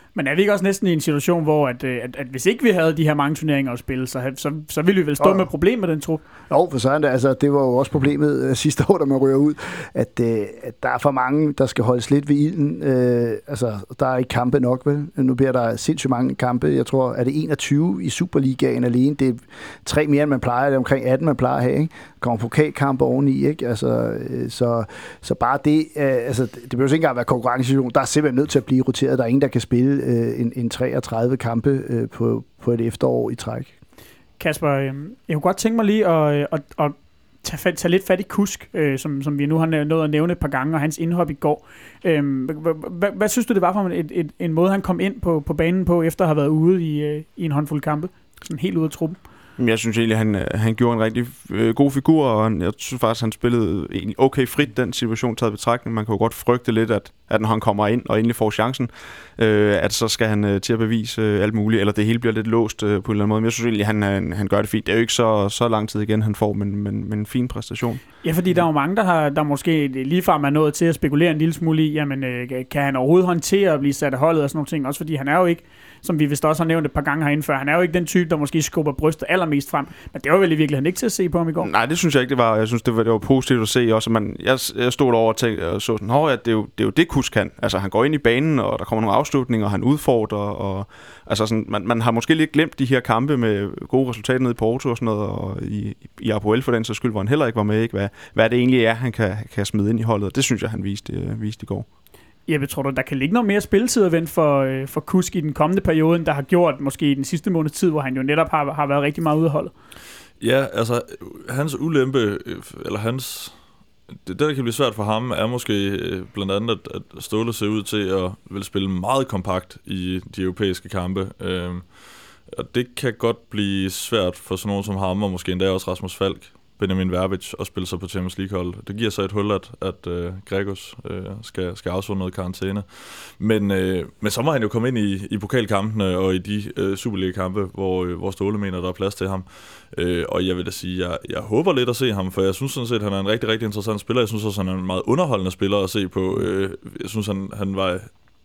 Men er vi ikke også næsten i en situation, hvor at, at, at hvis ikke vi havde de her mange turneringer at spille, så, så, så ville vi vel stå oh. med problemer med den trup? Jo, for sådan det. Altså, det var jo også problemet uh, sidste år, da man ryger ud, at, uh, at der er for mange, der skal holdes lidt ved ilden. Uh, altså, der er ikke kampe nok, vel? Nu bliver der sindssygt mange kampe. Jeg tror, er det enogtyve i Superligaen alene? Det er tre mere, end man plejer. Det er omkring atten, man plejer at have, ikke? Kommer pokalkampe oveni, ikke? Altså, uh, så, så bare det, uh, altså, det behøver ikke engang være konkurrencesituation. Der er simpelthen nødt til at blive roteret. Der er ingen, der kan spille uh, en, en treogtredive kampe uh, på, på et efterår i træk. Kasper, jeg kunne godt tænke mig lige at, at, at tage, tage lidt fat i Kusk, øh, som, som vi nu har nået at nævne et par gange, og hans indhop i går. Øh, hvad, hvad synes du, det var for et, et, en måde, han kom ind på, på banen på, efter at have været ude i, i en håndfuld kampe? Sådan helt ude af truppen. Jeg synes egentlig, han, han gjorde en rigtig øh, god figur, og han, jeg synes faktisk, han spillede egentlig okay frit den situation taget i betragtning. Man kan jo godt frygte lidt, at, at når han kommer ind og endelig får chancen, øh, at så skal han øh, til at bevise øh, alt muligt, eller det hele bliver lidt låst øh, på en eller anden måde. Men jeg synes egentlig, han, han, han gør det fint. Det er jo ikke så, så lang tid igen, han får, men, men, men en fin præstation. Ja, fordi der er jo mange, der, har, der måske ligefrem er nået til at spekulere en lille smule i, jamen, øh, kan han overhovedet håndtere at blive sat af holdet og sådan nogle ting? Også fordi han er jo ikke, som vi vist også har nævnt et par gange herinde før, han er jo ikke den type, der måske skubber brystet allermest frem. Men det var vel i virkeligheden ikke til at se på ham i går. Nej, det synes jeg ikke, det var. Jeg synes, det var, det var positivt at se også. Man, jeg, jeg stod over og, tænkte, og så sådan, at det er, jo, det er jo det, Kusk kan. Altså, han går ind i banen, og der kommer nogle afslutninger, og han udfordrer. Og, altså, sådan, man, man har måske lidt glemt de her kampe med gode resultater nede i Porto og sådan noget, og i, i Apoel for den så skyld, hvor han heller ikke var med. Ikke? Hvad, hvad det egentlig er, han kan, kan smide ind i holdet. Det synes jeg, han viste, øh, viste i går. Jeppe, tror du, der kan ligge noget mere spilletid at vente for, øh, for Kusk i den kommende periode, der har gjort måske i den sidste måneds tid, hvor han jo netop har, har været rigtig meget ude af holdet? Ja, altså, hans ulempe, eller hans... Det, der kan blive svært for ham, er måske blandt andet, at, at Ståle ser ud til at vil spille meget kompakt i de europæiske kampe. Øhm, og det kan godt blive svært for sådan nogen som ham, og måske endda også Rasmus Falk, Benjamin Verbic, at spille sig på Champions League-hold. Det giver så et hul, at, at uh, Gregos uh, skal, skal afsone noget karantæne. Men, uh, men så må han jo komme ind i, i pokalkampene og i de uh, Superliga-kampe, hvor, uh, hvor Ståle mener, der er plads til ham. Uh, og jeg vil da sige, jeg, jeg håber lidt at se ham, for jeg synes sådan set, at han er en rigtig, rigtig interessant spiller. Jeg synes også, at han er en meget underholdende spiller at se på. Uh, jeg synes, han, han var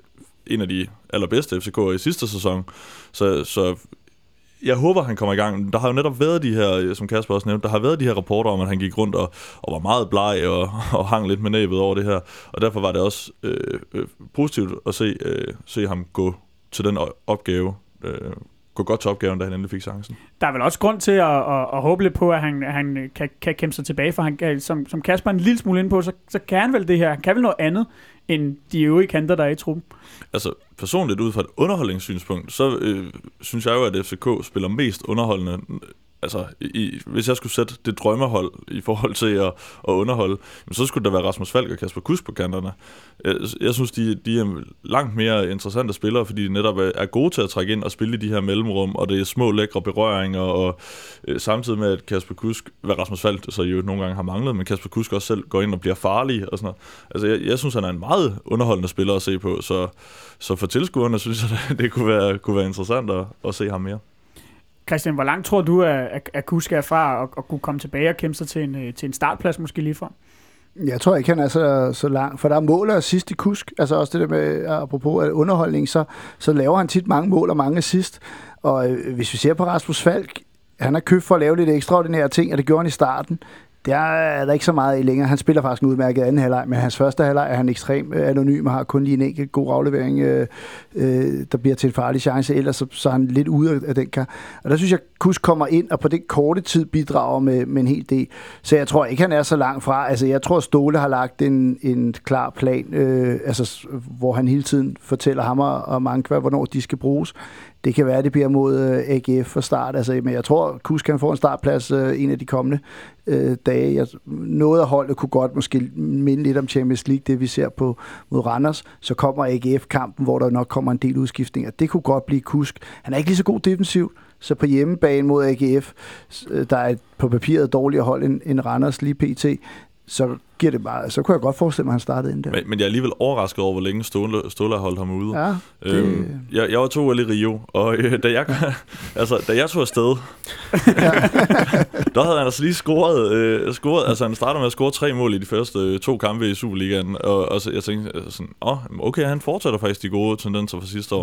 en af de allerbedste F C K'er i sidste sæson. Så... så jeg håber, han kommer i gang. Der har jo netop været de her, som Kasper også nævnte, der har været de her rapporter om, at han gik rundt og, og var meget bleg og, og hang lidt med næbet over det her. Og derfor var det også øh, øh, positivt at se, øh, se ham gå til den opgave, øh, gå godt til opgaven, da han endelig fik chancen. Der er vel også grund til at, at, at håbe lidt på, at han, han kan, kan kæmpe sig tilbage, for han, som, som Kasper en lille smule inde på, så, så kan han vel det her. Han kan vel noget andet end de øvrige kanter, der er i truppen. Altså personligt ud fra et underholdningssynspunkt, så øh, synes jeg jo, at F C K spiller mest underholdende. Altså, i, hvis jeg skulle sætte det drømmehold i forhold til at, at underholde, så skulle der være Rasmus Falk og Kasper Kusk på kanterne. Jeg, jeg synes, de, de er langt mere interessante spillere, fordi de netop er, er gode til at trække ind og spille i de her mellemrum, og det er små, lækre berøringer, og øh, samtidig med, at Kasper Kusk, hvad Rasmus Falk så jo nogle gange har manglet, men Kasper Kusk også selv går ind og bliver farlig og sådan noget. Altså, jeg, jeg synes, han er en meget underholdende spiller at se på, så, så for tilskuerne synes jeg, det, det kunne, være, kunne være interessant at, at se ham mere. Christian, hvor langt tror du, at, at Kusk er fra at, at kunne komme tilbage og kæmpe sig til en, til en startplads måske lige for? Jeg tror ikke, han er så, så lang, for der er mål og assist i Kusk. Altså også det der med, apropos underholdning, så, så laver han tit mange mål og mange assist. Og øh, hvis vi ser på Rasmus Falk, han har købt for at lave lidt ekstraordinære ting, og det gjorde han i starten. Der er der ikke så meget i længere. Han spiller faktisk en udmærket anden halvleg, men hans første halvleg er han ekstremt anonym og har kun lige en enkelt god aflevering, øh, øh, der bliver til en farlig chance. Ellers så, så er han lidt ude af den kan. Og der synes jeg, Kusk kommer ind og på det korte tid bidrager med, med en hel del. Så jeg tror ikke, han er så langt fra. Altså jeg tror, Ståle har lagt en, en klar plan, øh, altså, hvor han hele tiden fortæller ham og Mankva, hvornår de skal bruges. Det kan være, at det bliver mod A G F for start. Altså, men jeg tror, at Kusk kan få en startplads øh, en af de kommende øh, dage. Jeg, noget af holdet kunne godt måske minde lidt om Champions League, det vi ser på mod Randers. Så kommer A G F-kampen, hvor der nok kommer en del udskiftninger. Det kunne godt blive Kusk. Han er ikke lige så god defensivt, så på hjemmebane mod A G F, der er på papiret dårligere hold end, end Randers lige pt., så giver det bare, så kunne jeg godt forestille mig, at han startede ind der. Men, men jeg er alligevel overrasket over, hvor længe Ståle, Ståle har holdt ham ude. Ja, det... øhm, jeg, jeg var to år i Rio, og øh, da, jeg, altså, da jeg tog afsted, der havde han altså lige scoret, øh, scoret, altså han startede med at score tre mål i de første øh, to kampe i Superligaen, og, og så, jeg tænkte sådan, åh, okay, han fortsætter faktisk de gode tendenser fra sidste år.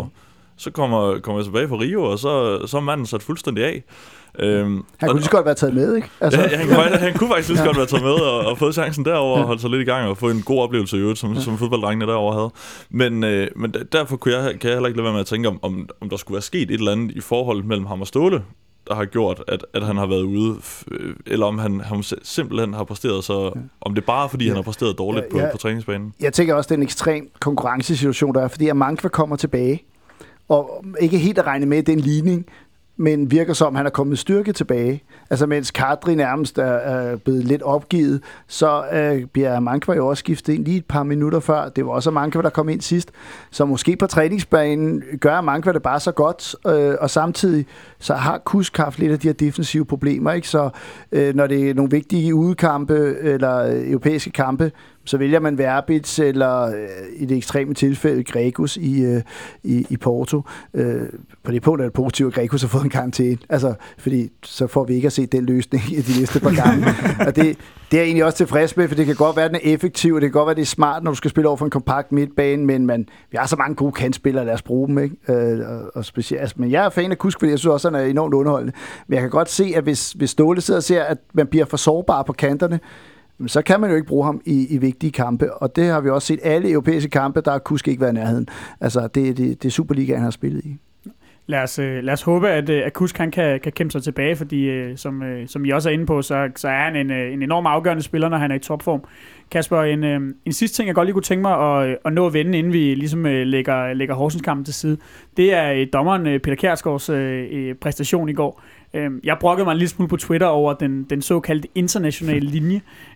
Så kommer, kommer jeg tilbage fra Rio, og så, så er manden sat fuldstændig af. Øhm, han kunne lige så godt være taget med, ikke? Altså. Ja, han, kunne, han kunne faktisk lige så godt være taget med og, og fået chancen derover og holde sig lidt i gang og få en god oplevelse i øvrigt, som, ja. som fodbolddrengene derovre havde. Men, øh, men derfor kunne jeg, kan jeg heller ikke lade være med at tænke, om, om, om der skulle være sket et eller andet i forholdet mellem ham og Ståle, der har gjort, at, at han har været ude, eller om han, han simpelthen har præsteret, så ja. om det bare er, fordi ja. han har præsteret dårligt ja, ja. På, på træningsbanen. Jeg tænker også, det er en ekstrem konkurrencesituation, der er, fordi Amankwa kommer tilbage, og ikke helt at regne med den ligning, men virker som, han er kommet styrke tilbage. Altså mens Kadri nærmest er, er blevet lidt opgivet, så øh, bliver Amankwa jo også skiftet ind lige et par minutter før. Det var også Amankwa, der kom ind sidst. Så måske på træningsbanen gør Amankwa det bare så godt, øh, og samtidig så har Kusk haft lidt af de her defensive problemer, ikke? Så øh, når det er nogle vigtige udekampe eller øh, europæiske kampe, så vælger man Verbitz eller øh, i det ekstreme tilfælde Gregus i, øh, i, i Porto. Øh, på det punkt er det positivt, at Gregus har fået en karantæne. Altså, fordi så får vi ikke at se den løsning i de næste par gange. Og det, det er jeg egentlig også tilfreds med, for det kan godt være, at den er effektiv, og det kan godt være, at det er smart, når du skal spille over for en kompakt midtbane, men man, vi har så mange gode kantspillere, lad os bruge dem, ikke? Øh, og, og specielt, altså, men jeg er fan af Kusk, fordi jeg synes også, at han er enormt underholdende. Men jeg kan godt se, at hvis, hvis Ståle sidder og ser, at man bliver for sårbar på kanterne, så kan man jo ikke bruge ham i, i vigtige kampe, og det har vi også set alle europæiske kampe, der har Kusk ikke været i nærheden. Altså, det, det, det er Superligaen, han har spillet i. Lad os, lad os håbe, at, at Kusk han kan, kan kæmpe sig tilbage, fordi som, som I også er inde på, så, så er han en, en enorm afgørende spiller, når han er i topform. Kasper, en, en sidste ting, jeg godt lige kunne tænke mig at, at nå at vende, inden vi ligesom lægger, lægger Horsens-kampen til side, det er dommeren Peter Kjærsgaards præstation i går. Jeg brokkede mig en lille smule på Twitter over den, den såkaldte internationale linje.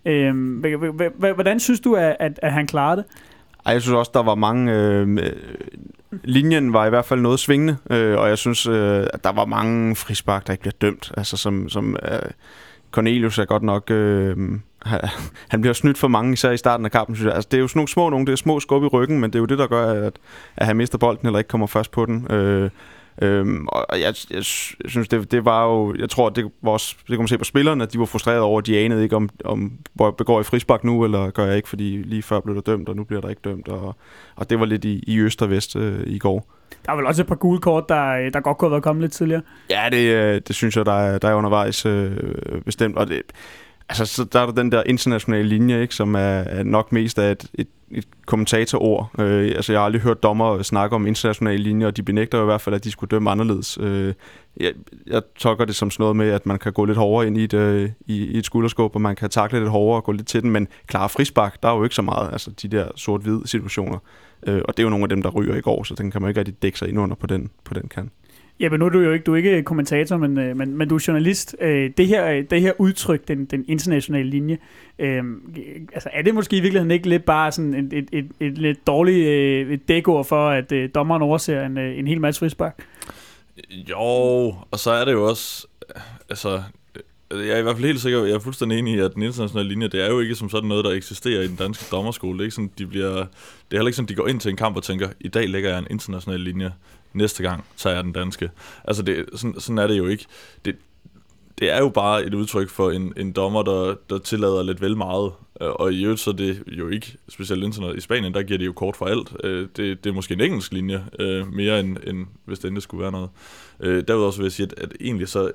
Hvordan synes du, at, at han klarede det? Ej, jeg synes også, der var mange... Øh, linjen var i hvert fald noget svingende, øh, og jeg synes, øh, at der var mange frispark, der ikke bliver dømt. Altså som, som øh, Cornelius er godt nok... Øh, han bliver snydt for mange, især i starten af kampen, synes jeg. Altså, det er jo sådan nogle små nogle, det er små skub i ryggen, men det er jo det, der gør, at, at han mister bolden, eller ikke kommer først på den. Øh, Øhm, og jeg, jeg synes det, det var jo, jeg tror det vores, det kan man se på spillerne, at de var frustrerede over, at de anede ikke om, om hvor jeg begår i frispark nu, eller gør jeg ikke, fordi lige før blev der dømt, og nu bliver der ikke dømt, og, og det var lidt i, i øst og vest øh, i går. Der er vel også et par gule kort, der, der godt kunne have været kommet lidt tidligere. Ja, det, det synes jeg, der er, der er undervejs øh, bestemt, og det, altså, så der er der den der internationale linje, ikke, som er, er nok mest af et, et, et kommentatorord. Øh, altså, jeg har aldrig hørt dommer snakke om internationale linjer, og de benægter jo i hvert fald, at de skulle dømme anderledes. Øh, jeg, jeg tolker det som sådan noget med, at man kan gå lidt hårdere ind i et, øh, i, i et skulderskåb, og man kan takle lidt hårdere og gå lidt til den, men klare frispark, der er jo ikke så meget, altså de der sort-hvide situationer. Øh, og det er jo nogle af dem, der ryger i går, så den kan man ikke rigtig dække sig ind under på den, på den kant. Ja, men nu er du jo ikke, du er ikke kommentator, men, men, men du er journalist. Det her, det her udtryk, den, den internationale linje, øh, altså er det måske i virkeligheden ikke lidt bare sådan et, et, et, et lidt dårligt øh, dækord for, at øh, dommeren overser en, en hel masse frispark? Jo, og så er det jo også, altså, jeg er i hvert fald helt sikker, jeg er fuldstændig enig i, at den internationale linje, det er jo ikke som sådan noget, der eksisterer i den danske dommerskole. Det er ikke sådan, de bliver, det er heller ikke sådan, de går ind til en kamp og tænker, i dag lægger jeg en international linje, næste gang tager jeg den danske. Altså, det, sådan, sådan er det jo ikke. Det, det er jo bare et udtryk for en, en dommer, der, der tillader lidt vel meget. Og i øvrigt så er det jo ikke specielt internationalt. I Spanien, der giver det jo kort for alt. Det, det er måske en engelsk linje, mere end, end hvis det endelig skulle være noget. Derudover så vil jeg sige, at, at egentlig så...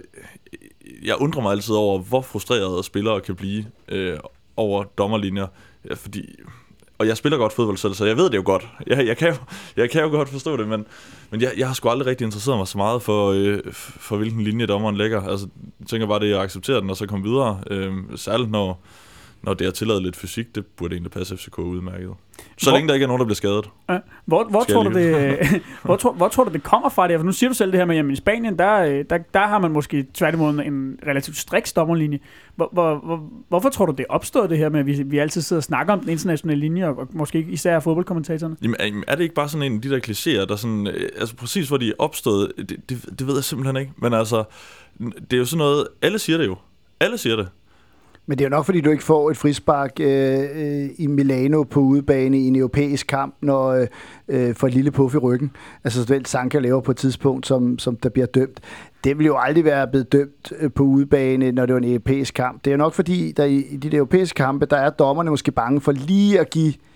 Jeg undrer mig altid over, hvor frustrerede spillere kan blive øh, over dommerlinjer, ja, fordi... Og jeg spiller godt fodbold selv, så jeg ved det jo godt. Jeg, jeg, kan, jo, jeg kan jo godt forstå det, men, men jeg, jeg har sgu aldrig rigtig interesseret mig så meget for, øh, for hvilken linje dommeren lægger. Altså, jeg tænker bare, det er at acceptere den, og så komme videre. Øh, særligt når, når det er tilladet lidt fysik, det burde egentlig passe F C K udmærket. Så hvor, længe der ikke er nogen, der bliver skadet. Ja, hvor, hvor, tror du, det, hvor, tror, hvor tror du, det kommer fra det? For nu siger du selv det her med, at i Spanien, der, der, der har man måske tværtimod en relativt striks dommerlinje. Hvor, hvor, hvor, hvorfor tror du, det er opstået det her med, at vi, vi altid sidder og snakker om den internationale linje, og, og måske især fodboldkommentatorerne? Jamen, er det ikke bare sådan en af de der klichéer, der sådan, altså præcis hvor de er opstået, det, det, det ved jeg simpelthen ikke. Men altså, det er jo sådan noget, alle siger det jo. Alle siger det. Men det er jo nok, fordi du ikke får et frispark øh, i Milano på udebane i en europæisk kamp, når øh, får et lille puff i ryggen. Altså, så Sanka laver på et tidspunkt, som, som der bliver dømt. Det vil jo aldrig være blevet dømt på udebane, når det var en europæisk kamp. Det er jo nok, fordi der i, i de der europæiske kampe, der er dommerne måske bange for lige at give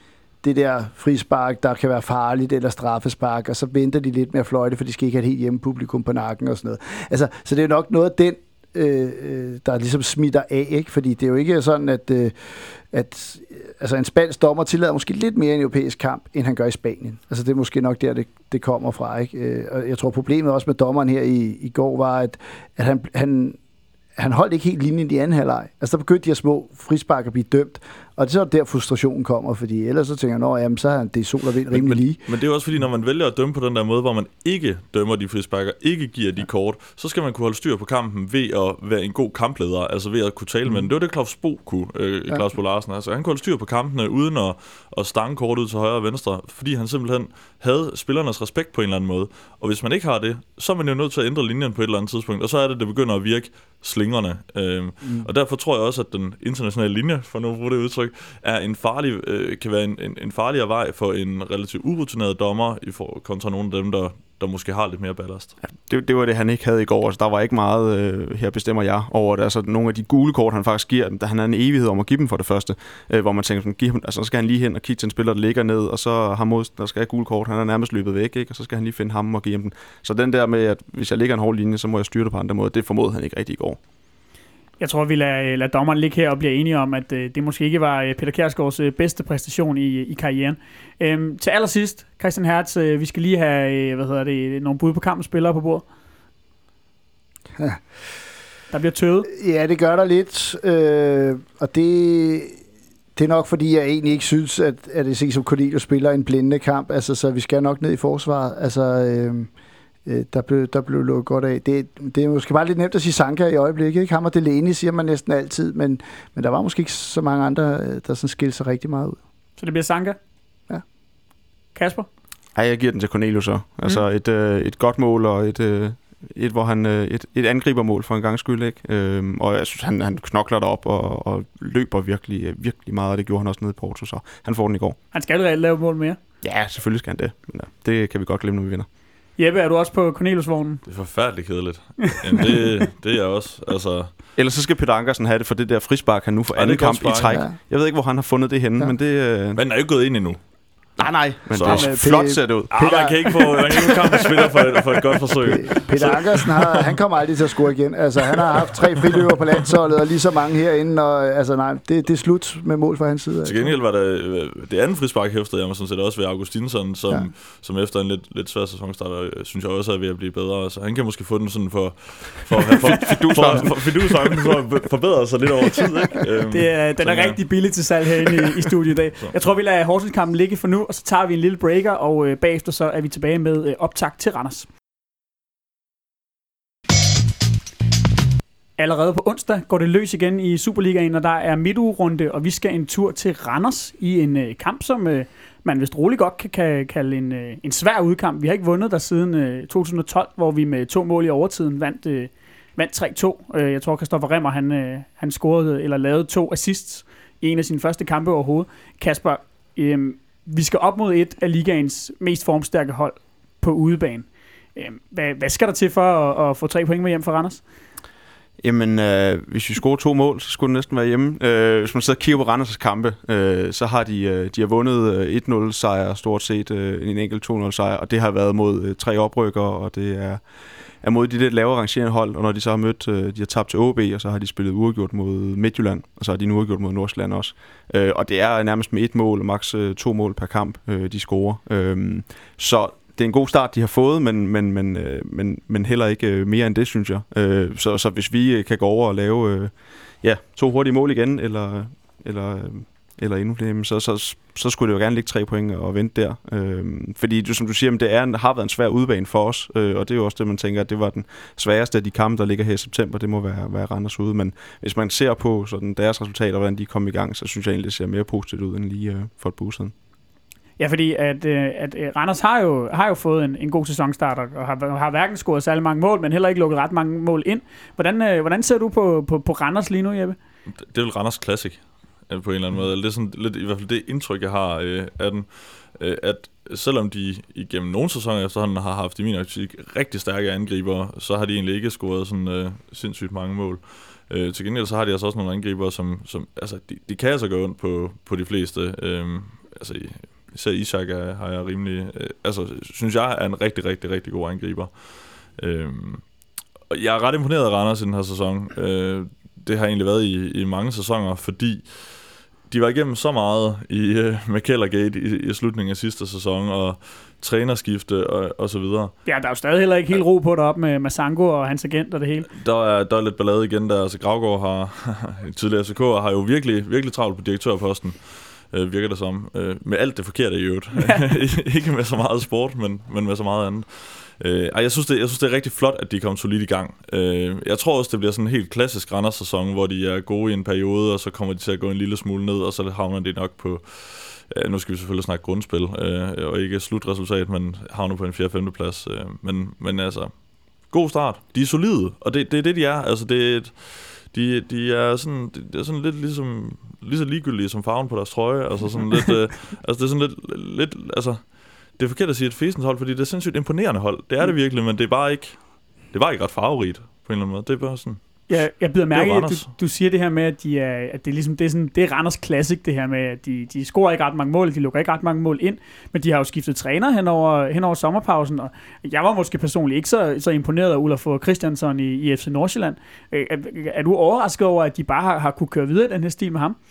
det der frispark, der kan være farligt, eller straffespark, og så venter de lidt med at fløjte, for de skal ikke have et helt hjemmepublikum på nakken og sådan noget. Altså, så det er nok noget af den, øh, der ligesom smitter af, ikke? Fordi det er jo ikke sådan, at, øh, at altså en spansk dommer tillader måske lidt mere en europæisk kamp, end han gør i Spanien. Altså det er måske nok der, det, det kommer fra, ikke? Og jeg tror, problemet også med dommeren her i, i går var, at, at han, han han holdt ikke helt linjen i anden halvleg. Altså der begyndte de her små frispark at blive dømt, og det er så der frustrationen kommer, fordi ellers så tænker jeg, nå, jamen så er det sol og vind rimelig men, lige. Men det er også fordi, når man vælger at dømme på den der måde, hvor man ikke dømmer de frisparker, ikke giver de kort, så skal man kunne holde styr på kampen ved at være en god kampleder, altså ved at kunne tale mm. med den. Det var det, Claus Bo kunne, øh, Claus Bo Larsen. Altså han kunne holde styr på kampene, uden at, at stange kort ud til højre og venstre, fordi han simpelthen havde spillernes respekt på en eller anden måde. Og hvis man ikke har det, så er man jo nødt til at ændre linjen på et eller andet tidspunkt, og så er det, det begynder at virke slingrende. Øhm, mm. Og derfor tror jeg også, at den internationale linje, for nu at bruge det udtryk, er en farlig, øh, kan være en, en, en farligere vej for en relativt urutineret dommer i for, kontra nogle af dem, der, der måske har lidt mere ballast. Ja, det, det var det, han ikke havde i går. Altså, der var ikke meget, øh, her bestemmer jeg, over det. Altså, nogle af de gule kort, han faktisk giver, der han har en evighed om at give dem for det første, øh, hvor man tænker, sådan, give ham, altså, så skal han lige hen og kigge til en spiller, der ligger ned, og så har mod, der skal have gule kort, han er nærmest løbet væk, ikke? Og så skal han lige finde ham og give ham den. Så den der med, at hvis jeg ligger en hård linje, så må jeg styre det på andre måder, det formodede han ikke rigtig i går. Jeg tror, vi lader, lader dommeren ligge her og bliver enige om, at øh, det måske ikke var Peter Kjærsgaards øh, bedste præstation i, i karrieren. Øhm, til allersidst, Christian Hertz, øh, vi skal lige have øh, hvad hedder det, nogle bud på kampens spillere på bordet. Ja. Der bliver tøvet. Ja, det gør der lidt. Øh, og det, det er nok, fordi jeg egentlig ikke synes, at, at det ses som Cornelius spiller en blændende kamp. Altså, så vi skal nok ned i forsvaret. Altså... Øh, Der blev, der blev lukket godt af. Det, det er måske bare lidt nemt at sige Sanka i øjeblikket. Ikke? Ham og Delaney siger man næsten altid, men, men der var måske ikke så mange andre, der sådan skilte sig rigtig meget ud. Så det bliver Sanka? Ja. Kasper? Ej, jeg giver den til Cornelius så. Altså mm. et, øh, et godt mål og et, øh, et, hvor han, øh, et, et angribermål for en gang skyld. Ikke? Øhm, og jeg synes, han, han knokler derop og, og løber virkelig, virkelig meget, og det gjorde han også nede i Porto, så han får den i går. Han skal reelt lave mål mere? Ja, selvfølgelig skal han det. Men ja, det kan vi godt glemme, når vi vinder. Jeppe, er du også på Cornelius-vognen? Det er forfærdeligt kedeligt. Jamen, det, det er jeg også. Altså... Ellers så skal Peter Ankersen have det for det der frispark, han nu for anden kamp i træk. Ja. Jeg ved ikke, hvor han har fundet det henne, ja. men det... Øh... Men han er jo ikke gået ind endnu. Nej, nej, men så, det er flot ser det ud. Ah, man kan ikke få man kan ikke kampen spiller for et, for et godt forsøg. Peter Ankersen, har, han kommer aldrig til at score igen. Altså, han har haft tre friløber på landsholdet, og lige så mange herinde, og altså, nej, det, det er slut med mål fra hans side. Til gengæld var det, det andet frispark hæftede jeg mig sådan set også ved Augustinsson, som, ja. som efter en lidt, lidt svær sæsonstart, synes jeg også er ved at blive bedre. Så han kan måske få den sådan for for, for, for, fidusvanken for, for, for at forbedre sig lidt over tid. Ikke? Det er, den er rigtig billig til salg herinde i, i studiet i dag. Så. Jeg tror, vi lader Horsens-kampen ligge for nu, og så tager vi en lille breaker, og øh, bagefter så er vi tilbage med øh, optakt til Randers. Allerede på onsdag går det løs igen i Superligaen, og der er midtugerunde, og vi skal en tur til Randers i en øh, kamp, som øh, man vist roligt godt kan, kan kalde en, øh, en svær udkamp. Vi har ikke vundet der siden øh, to tusind og tolv, hvor vi med to mål i overtiden vandt, øh, vandt tre to. Øh, jeg tror, Kristoffer Remmer, han, øh, han scorede eller lavede to assists i en af sine første kampe overhovedet. Kasper, øh, vi skal op mod et af ligaens mest formstærke hold på udebane. Hvad, hvad skal der til for at, at få tre point med hjem for Randers? Jamen, øh, hvis vi scorer to mål, så skulle det næsten være hjemme. Øh, hvis man sidder og kigger på Randers' kampe, øh, så har de, øh, de har vundet et nul sejr, stort set øh, en enkelt to nul sejr, og det har været mod øh, tre oprykkere, og det er, er mod de lidt lavere rangerende hold, og når de så har mødt, øh, de har tabt til O B, og så har de spillet uafgjort mod Midtjylland, og så har de nu uafgjort mod Nordsjælland også. Øh, og det er nærmest med et mål, maks øh, to mål per kamp, øh, de scorer. Øh, så det er en god start, de har fået, men, men, men, men, men heller ikke mere end det, synes jeg. Så, så hvis vi kan gå over og lave ja, to hurtige mål igen, eller, eller, eller endnu flere, så, så, så skulle det jo gerne ligge tre point og vente der. Fordi, som du siger, det er, har været en svær udbane for os, og det er jo også det, man tænker, at det var den sværeste af de kampe, der ligger her i september. Det må være, være Randers ude, men hvis man ser på sådan, deres resultater, og hvordan de kom i gang, så synes jeg egentlig, det ser mere positivt ud end lige for et par uger siden. Ja, fordi at, at Randers har jo, har jo fået en, en god sæsonstart og har, har hverken scoret særlig mange mål, men heller ikke lukket ret mange mål ind. Hvordan, hvordan ser du på, på, på Randers lige nu, Jeppe? Det er vel Randers Classic på en eller anden måde. Det er sådan lidt, i hvert fald det indtryk, jeg har øh, af den, øh, at selvom de igennem nogle sæsoner efterhånden har haft i min optik rigtig stærke angriber, så har de egentlig ikke scoret sådan øh, sindssygt mange mål. Øh, til gengæld så har de altså også nogle angriber, som, som altså, de, de kan altså gå ondt på, på de fleste. Øh, altså især Isak er, har jeg rimelig, øh, altså synes jeg er en rigtig, rigtig, rigtig god angriber. Øh, og jeg er ret imponeret af Randers i den her sæson. Øh, det har egentlig været i, i mange sæsoner, fordi de var igennem så meget i, øh, med Kellergate i, i slutningen af sidste sæson, og trænerskifte og, og så videre. Ja, der er jo stadig heller ikke helt ro på deroppe med Masango og hans agent og det hele. Der er, der er lidt ballade igen der. Altså Gravgaard har, tidligere S K har jo virkelig, virkelig travlt på direktørposten, øh, virker det som. Øh, med alt det forkerte i øvrigt. Ja. Ikke med så meget sport, men, men med så meget andet. Øh, jeg, synes det, jeg synes, det er rigtig flot, at de kom solidt i gang. Øh, jeg tror også, det bliver sådan en helt klassisk Randers-sæson, hvor de er gode i en periode, og så kommer de til at gå en lille smule ned, og så havner de nok på... Ja, nu skal vi selvfølgelig snakke grundspil, øh, og ikke slutresultat, men havner på en fjerde femte plads. Øh, men, men altså, god start. De er solide, og det, det er det, de er. Altså, det er et, de, de er sådan, det er sådan lidt ligesom, lige så ligegyldige som farven på deres trøje. Altså sådan lidt, øh, altså det er sådan lidt, lidt, altså, det er forkert at sige et fæsens hold, fordi det er sindssygt imponerende hold. Det er det virkelig, men det er bare ikke, det er bare ikke ret farverigt på en eller anden måde. Det er bare sådan... Ja, jeg bider mærke i, at du, du siger det her med, at, de er, at det, er ligesom, det, er sådan, det er Randers Classic, det her med, at de, de scorer ikke ret mange mål, de lukker ikke ret mange mål ind, men de har jo skiftet træner hen over, hen over sommerpausen, og jeg var måske personligt ikke så, så imponeret af Olafur Christiansson i, i F C Nordsjælland. Er, er du overrasket over, at de bare har, har kunne køre videre i den her stil med ham?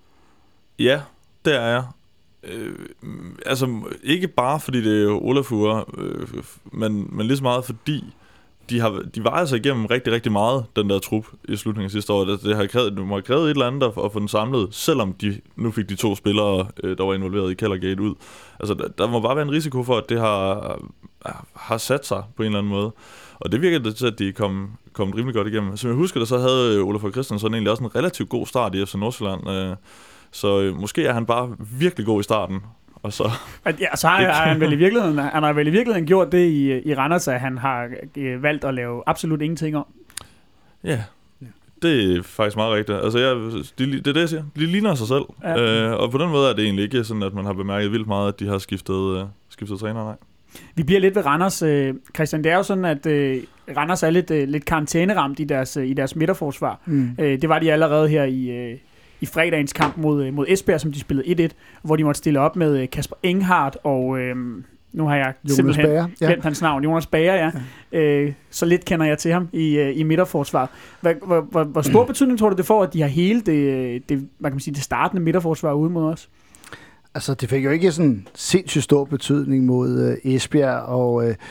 Ja, det er jeg. Øh, altså, ikke bare fordi det er Olafur, øh, men, men lige så meget fordi De, har, de var altså igennem rigtig, rigtig meget, den der trup i slutningen af sidste år. Det, det har krævet, det må have krævet et eller andet at, at få den samlet, selvom de nu fik de to spillere, øh, der var involveret i Kellergate ud. Altså, der, der må bare være en risiko for, at det har, har sat sig på en eller anden måde. Og det virker det til, at de kom, kom rimelig godt igennem. Som jeg husker det, så havde Olafur Christiansson egentlig også en relativt god start i F C Nordsjælland. Øh, så øh, måske er han bare virkelig god i starten. Og så, ja, så har, har han vel i virkeligheden, han har vel i virkeligheden gjort det i, i Randers, at han har valgt at lave absolut ingenting om. Ja, det er faktisk meget rigtigt. Altså, jeg, de, det er det, jeg siger. De ligner sig selv. Ja. Øh, og på den måde er det egentlig ikke sådan, at man har bemærket vildt meget, at de har skiftet, øh, skiftet træner, nej. Vi bliver lidt ved Randers. Øh, Christian, det er jo sådan, at øh, Randers er lidt, øh, lidt karantæneramt i deres, øh, i deres midterforsvar. Mm. Øh, det var de allerede her i... Øh, i fredagens kamp mod, mod Esbjerg, som de spillede et et, hvor de måtte stille op med Kasper Enghardt og øhm, nu har jeg Jonas simpelthen Bager, ja. glemt hans navn, Jonas Bager, ja. ja. Øh, så lidt kender jeg til ham i, øh, i midterforsvaret. Hvor, hvor, hvor, hvor stor betydning tror du det får, at de har hele det, det, hvad kan man sige, det startende midterforsvar ude mod os? Altså, det fik jo ikke sådan sindssygt stor betydning mod øh, Esbjerg, og øh,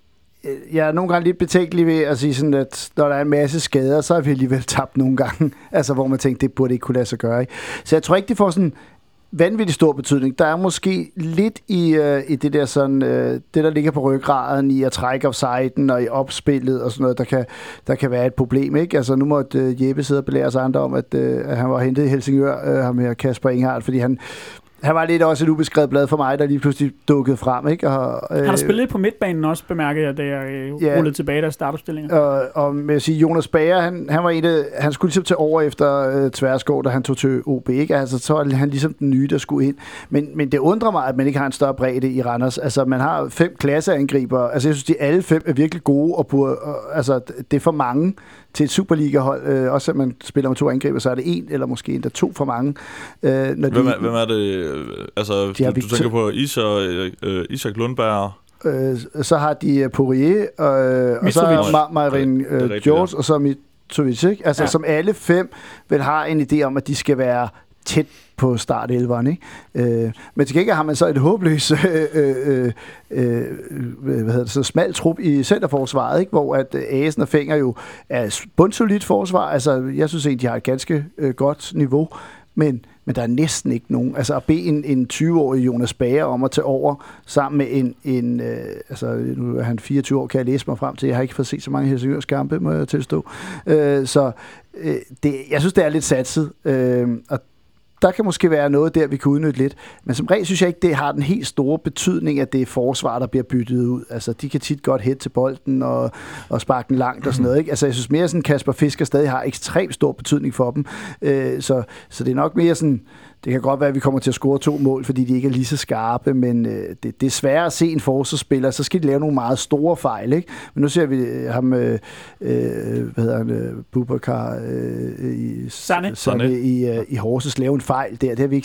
jeg er nogle gange lidt betænkelig ved at sige sådan, at når der er en masse skader, så har vi alligevel tabt nogle gange. Altså, hvor man tænker, det burde ikke kunne lade sig gøre. Ikke? Så jeg tror ikke, det får sådan vanvittig stor betydning. Der er måske lidt i, øh, i det der sådan, øh, det der ligger på ryggraden i at trække offsiden og i opspillet og sådan noget, der kan, der kan være et problem, ikke? Altså, nu måtte øh, Jeppe sidde og belære sig andre om, at, øh, at han var hentet i Helsingør, øh, ham her Kasper Enghardt, fordi han Han var lidt også et ubeskrevet blad for mig, der lige pludselig dukkede frem, ikke? Og, øh, han har spillet på midtbanen også, bemærker jeg, da jeg øh, ja, rullede tilbage deres startopstillinger. Og, og med at sige, Jonas Bager, han, han var en af, han skulle ligesom tage over efter øh, Tværsgaard, da han tog til O B, ikke? Altså, så var han ligesom den nye, der skulle ind. Men, men det undrer mig, at man ikke har en større bredde i Randers. Altså, man har fem klasseangriber. Altså, jeg synes, de alle fem er virkelig gode, og, burde, og altså, det er for mange til et Superliga-hold. Øh, også at man spiller med to angriber, så er det en, eller måske endda to for mange. Øh, når hvem, de, er, hvem er det? Altså, du, du tænker på Isak, øh, Isak Lundberg. Øh, så har de Poirier, øh, og så har Marin øh, George, og så Mitrovic, ikke? Altså, ja. Som alle fem vel har en idé om, at de skal være tæt på startelveren, ikke? Øh, men til gengæld har man så et håbløst øh, øh, øh, hvad hedder det, så smalt trup i centerforsvaret, ikke? Hvor at Asen og Fenger jo er bundsolidt forsvar. Altså, jeg synes egentlig, de har et ganske øh, godt niveau, men men der er næsten ikke nogen. Altså at bede en, en tyve-årig Jonas Bager om at tage over sammen med en, en øh, altså nu er han fireogtyve år, kan jeg læse mig frem til. Jeg har ikke fået set så mange Helsingørs kampe, må jeg tilstå. Øh, så øh, det, jeg synes, det er lidt satset. Øh, og der kan måske være noget der, vi kan udnytte lidt. Men som regel synes jeg ikke, det har den helt store betydning, at det er forsvar, der bliver byttet ud. Altså, de kan tit godt hætte til bolden og, og sparke den langt og sådan noget, ikke? Altså, jeg synes mere sådan, Kasper Fisker stadig har ekstremt stor betydning for dem. Øh, så, så det er nok mere sådan, det kan godt være, at vi kommer til at score to mål, fordi de ikke er lige så skarpe, men øh, det, det er sværere at se en forsvarsspiller, så skal de lave nogle meget store fejl, ikke? Men nu ser vi ham, øh, øh, hvad hedder han, øh, Bubakar øh, i, Sane. Sane i, øh, i Horsens lave en fejl der. Det har vi ikke set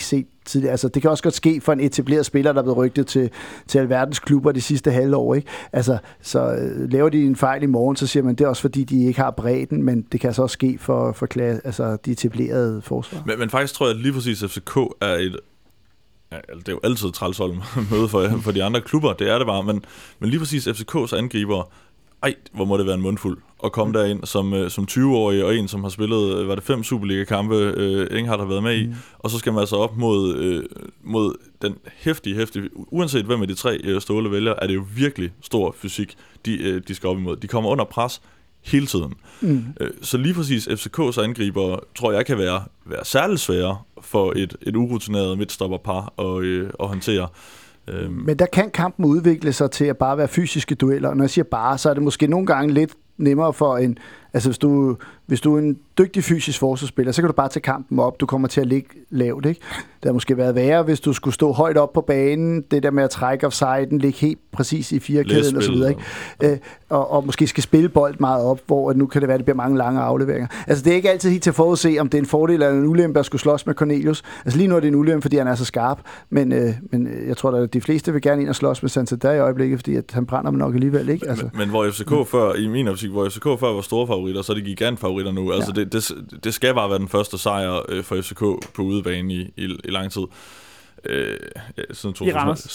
tidligere. Altså, det kan også godt ske for en etableret spiller, der er blevet rygtet til, til alverdens klubber de sidste halve år. Ikke? Altså, så øh, laver de en fejl i morgen, så siger man, det er også fordi, de ikke har bredden, men det kan så også ske for, for klasse, altså, de etablerede forsvar. Men, men faktisk tror jeg, at lige præcis F C K er et... Ja, det er jo altid trælshold møde for, for de andre klubber, det er det bare, men, men lige præcis F C K's angriber, ej, hvor må det være en mundfuld at komme mm. derind som, som tyve-årig, og en, som har spillet, var det fem Superliga-kampe, øh, Enghardt har været med i, mm. og så skal man altså op mod, øh, mod den hæftige, hæftige, uanset hvem af de tre øh, Ståle vælger, er det jo virkelig stor fysik, de, øh, de skal op imod. De kommer under pres hele tiden. Mm. Øh, så lige præcis F C K's angriber, tror jeg, kan være, være særligt svære for et, et urutineret midtstopperpar at, øh, at håndtere. Men der kan kampen udvikle sig til at bare være fysiske dueller. Og når jeg siger bare, så er det måske nogle gange lidt nemmere for en... Altså, hvis du, hvis du er en dygtig fysisk forsvarsspiller, så kan du bare tage kampen op. Du kommer til at ligge lavt, ikke? Det har måske været værre, hvis du skulle stå højt op på banen. Det der med at trække offsiden, ligge helt præcis i firekæden og så videre, ikke? Ja. Øh, og, og måske skal spille bold meget op, hvor nu kan det være, at det bliver mange lange afleveringer. Altså, det er ikke altid helt til at forudse, om det er en fordel eller en ulempe at skulle slås med Cornelius. Altså, lige nu er det en ulempe, fordi han er så skarp. Men, øh, men jeg tror, at de fleste vil gerne ind og slås med Santander i øjeblikket, fordi at han brænder dem nok alligevel, ikke? Altså. Men, men hvor F C K mm. før, i min optik, hvor F C K før var store favoritter, så er de gigantfavoritter nu. Altså, ja. det, det, det skal bare være den første sejr øh, for F C K på udebane i, i, i lang tid. Øh, ja, siden to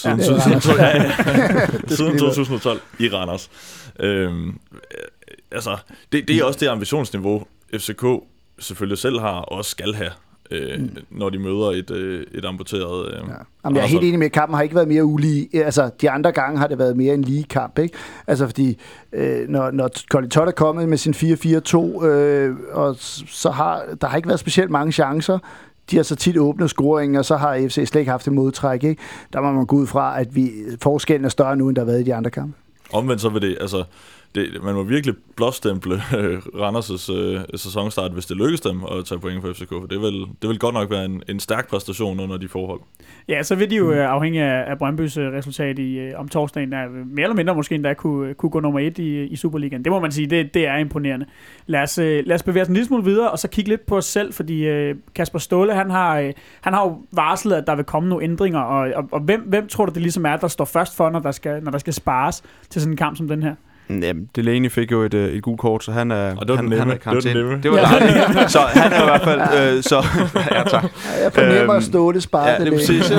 tusind og tolv i Randers. Øh, altså, det, det er også det ambitionsniveau, F C K selvfølgelig selv har og også skal have. Øh, mm. når de møder et, øh, et amputeret... Øh, ja. Jamen, jeg er helt enig med, at kampen har ikke været mere ulige. Altså, de andre gange har det været mere en lige kamp, ikke? Altså, fordi øh, når, når Kolding er kommet med sin fire fire to, øh, og så har der har ikke været specielt mange chancer. De har så tit åbnet scoringen, og så har F C slet ikke haft et modtræk, ikke? Der må man gå ud fra, at vi, forskellen er større nu, end der har været i de andre kampe. Omvendt så vil det, altså... Det, man må virkelig blåstemple øh, Randers' øh, sæsonstart, hvis det lykkes dem at tage point for F C K, for det vil, det vil godt nok være en, en stærk præstation under de forhold. Ja, så vil de jo øh, afhængig af, af Brøndbys øh, resultat i, øh, om torsdagen, der mere eller mindre måske endda kunne, kunne gå nummer et i, i Superligaen. Det må man sige, det, det er imponerende. Lad os, øh, lad os bevæge os en lille smule videre, og så kigge lidt på os selv, fordi øh, Kasper Ståle, han har, øh, han har jo varslet, at der vil komme nogle ændringer, og, og, og hvem, hvem tror du det ligesom er, der står først for, når der skal, når der skal spares til sådan en kamp som den her? Jamen, Delaney fik jo et, et gult kort, så han er... Og det var han, den nemme. Han er det var den det var ja. Så han er i hvert fald... Øh, så, ja, tak. Ja, jeg fornemmer at Ståle sparer ja, det. Præcis.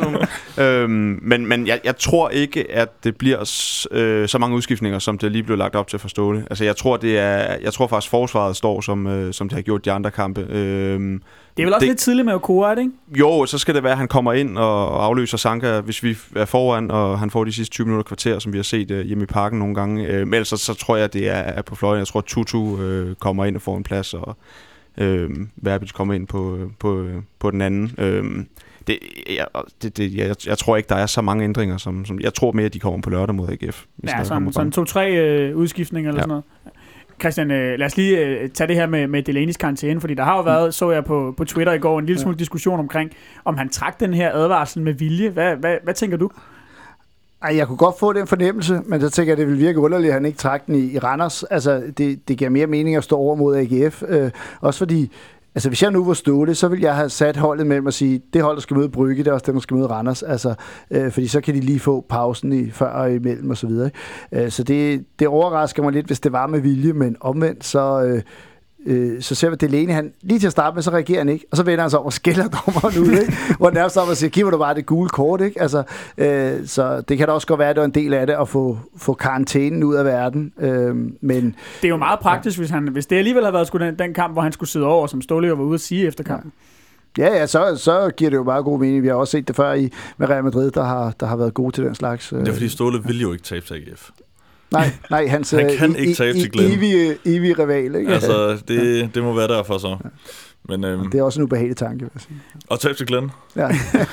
øhm, men men jeg, jeg tror ikke, at det bliver øh, så mange udskiftninger, som det lige blev lagt op til for Ståle. Altså, jeg tror, det er, jeg tror faktisk, forsvaret står, som, øh, som det har gjort de andre kampe. Øhm, det er vel også det, lidt tidligt med Okora, ikke? Jo, så skal det være, at han kommer ind og, og afløser Sanka, hvis vi er foran, og han får de sidste tyve minutter kvarter, som vi har set øh, hjemme i parken nogle gange. Øh, men ellers så, så tror jeg, at det er, er på fløjen. Jeg tror, at Tutu øh, kommer ind og får en plads, og øh, Verbic kommer ind på, på, på den anden. Øh, det, jeg, det, det, jeg, jeg tror ikke, der er så mange ændringer, som, som jeg tror mere, at de kommer på lørdag mod A G F. Ja, sådan, sådan to-tre øh, udskiftninger eller ja. Sådan noget. Christian, øh, lad os lige øh, tage det her med, med Delaney's karantæne, fordi der har jo været, så jeg på, på Twitter i går, en lille smule ja. diskussion omkring, om han trak den her advarsel med vilje. Hvad, hvad, hvad tænker du? Ej, jeg kunne godt få den fornemmelse, men så tænker jeg, at det vil virke underligt, at han ikke trak den i, i Randers. Altså, det, det giver mere mening at stå over mod A G F. Øh, også fordi, altså hvis jeg nu var Ståle, så ville jeg have sat holdet mellem at sige, det hold, der skal møde Brygge, det er også dem, der skal møde Randers. Altså, øh, fordi så kan de lige få pausen i før og imellem og så videre. Øh, så det, det overrasker mig lidt, hvis det var med vilje, men omvendt, så... Øh, Øh, så ser vi Delaney, han lige til at starte med, så reagerer han ikke, og så vender han sig om og skælder dommeren ud, ikke? Hvor nærmest om at sige, giver du bare det gule kort, ikke? Altså, øh, så det kan da også godt være, at det er en del af det, at få, få karantænen ud af verden. Øh, men, det er jo meget praktisk, ja. hvis, han, hvis det alligevel har været sgu den, den kamp, hvor han skulle sidde over, som Ståle var ude at sige efter kampen. Ja. Ja, ja, så, så giver det jo bare god mening. Vi har også set det før i, med Real Madrid, der har, der har været gode til den slags. Øh. Det er fordi Ståle vil jo ikke tabe til A G F. Nej, nej, hans han kan ikke tabe til Glenn. Evige, evige rival, ikke? Altså, det, ja. det må være derfor så. Men, øhm, det er også en ubehagelig tanke, vil jeg sige. Og tabe til Glenn. Ja.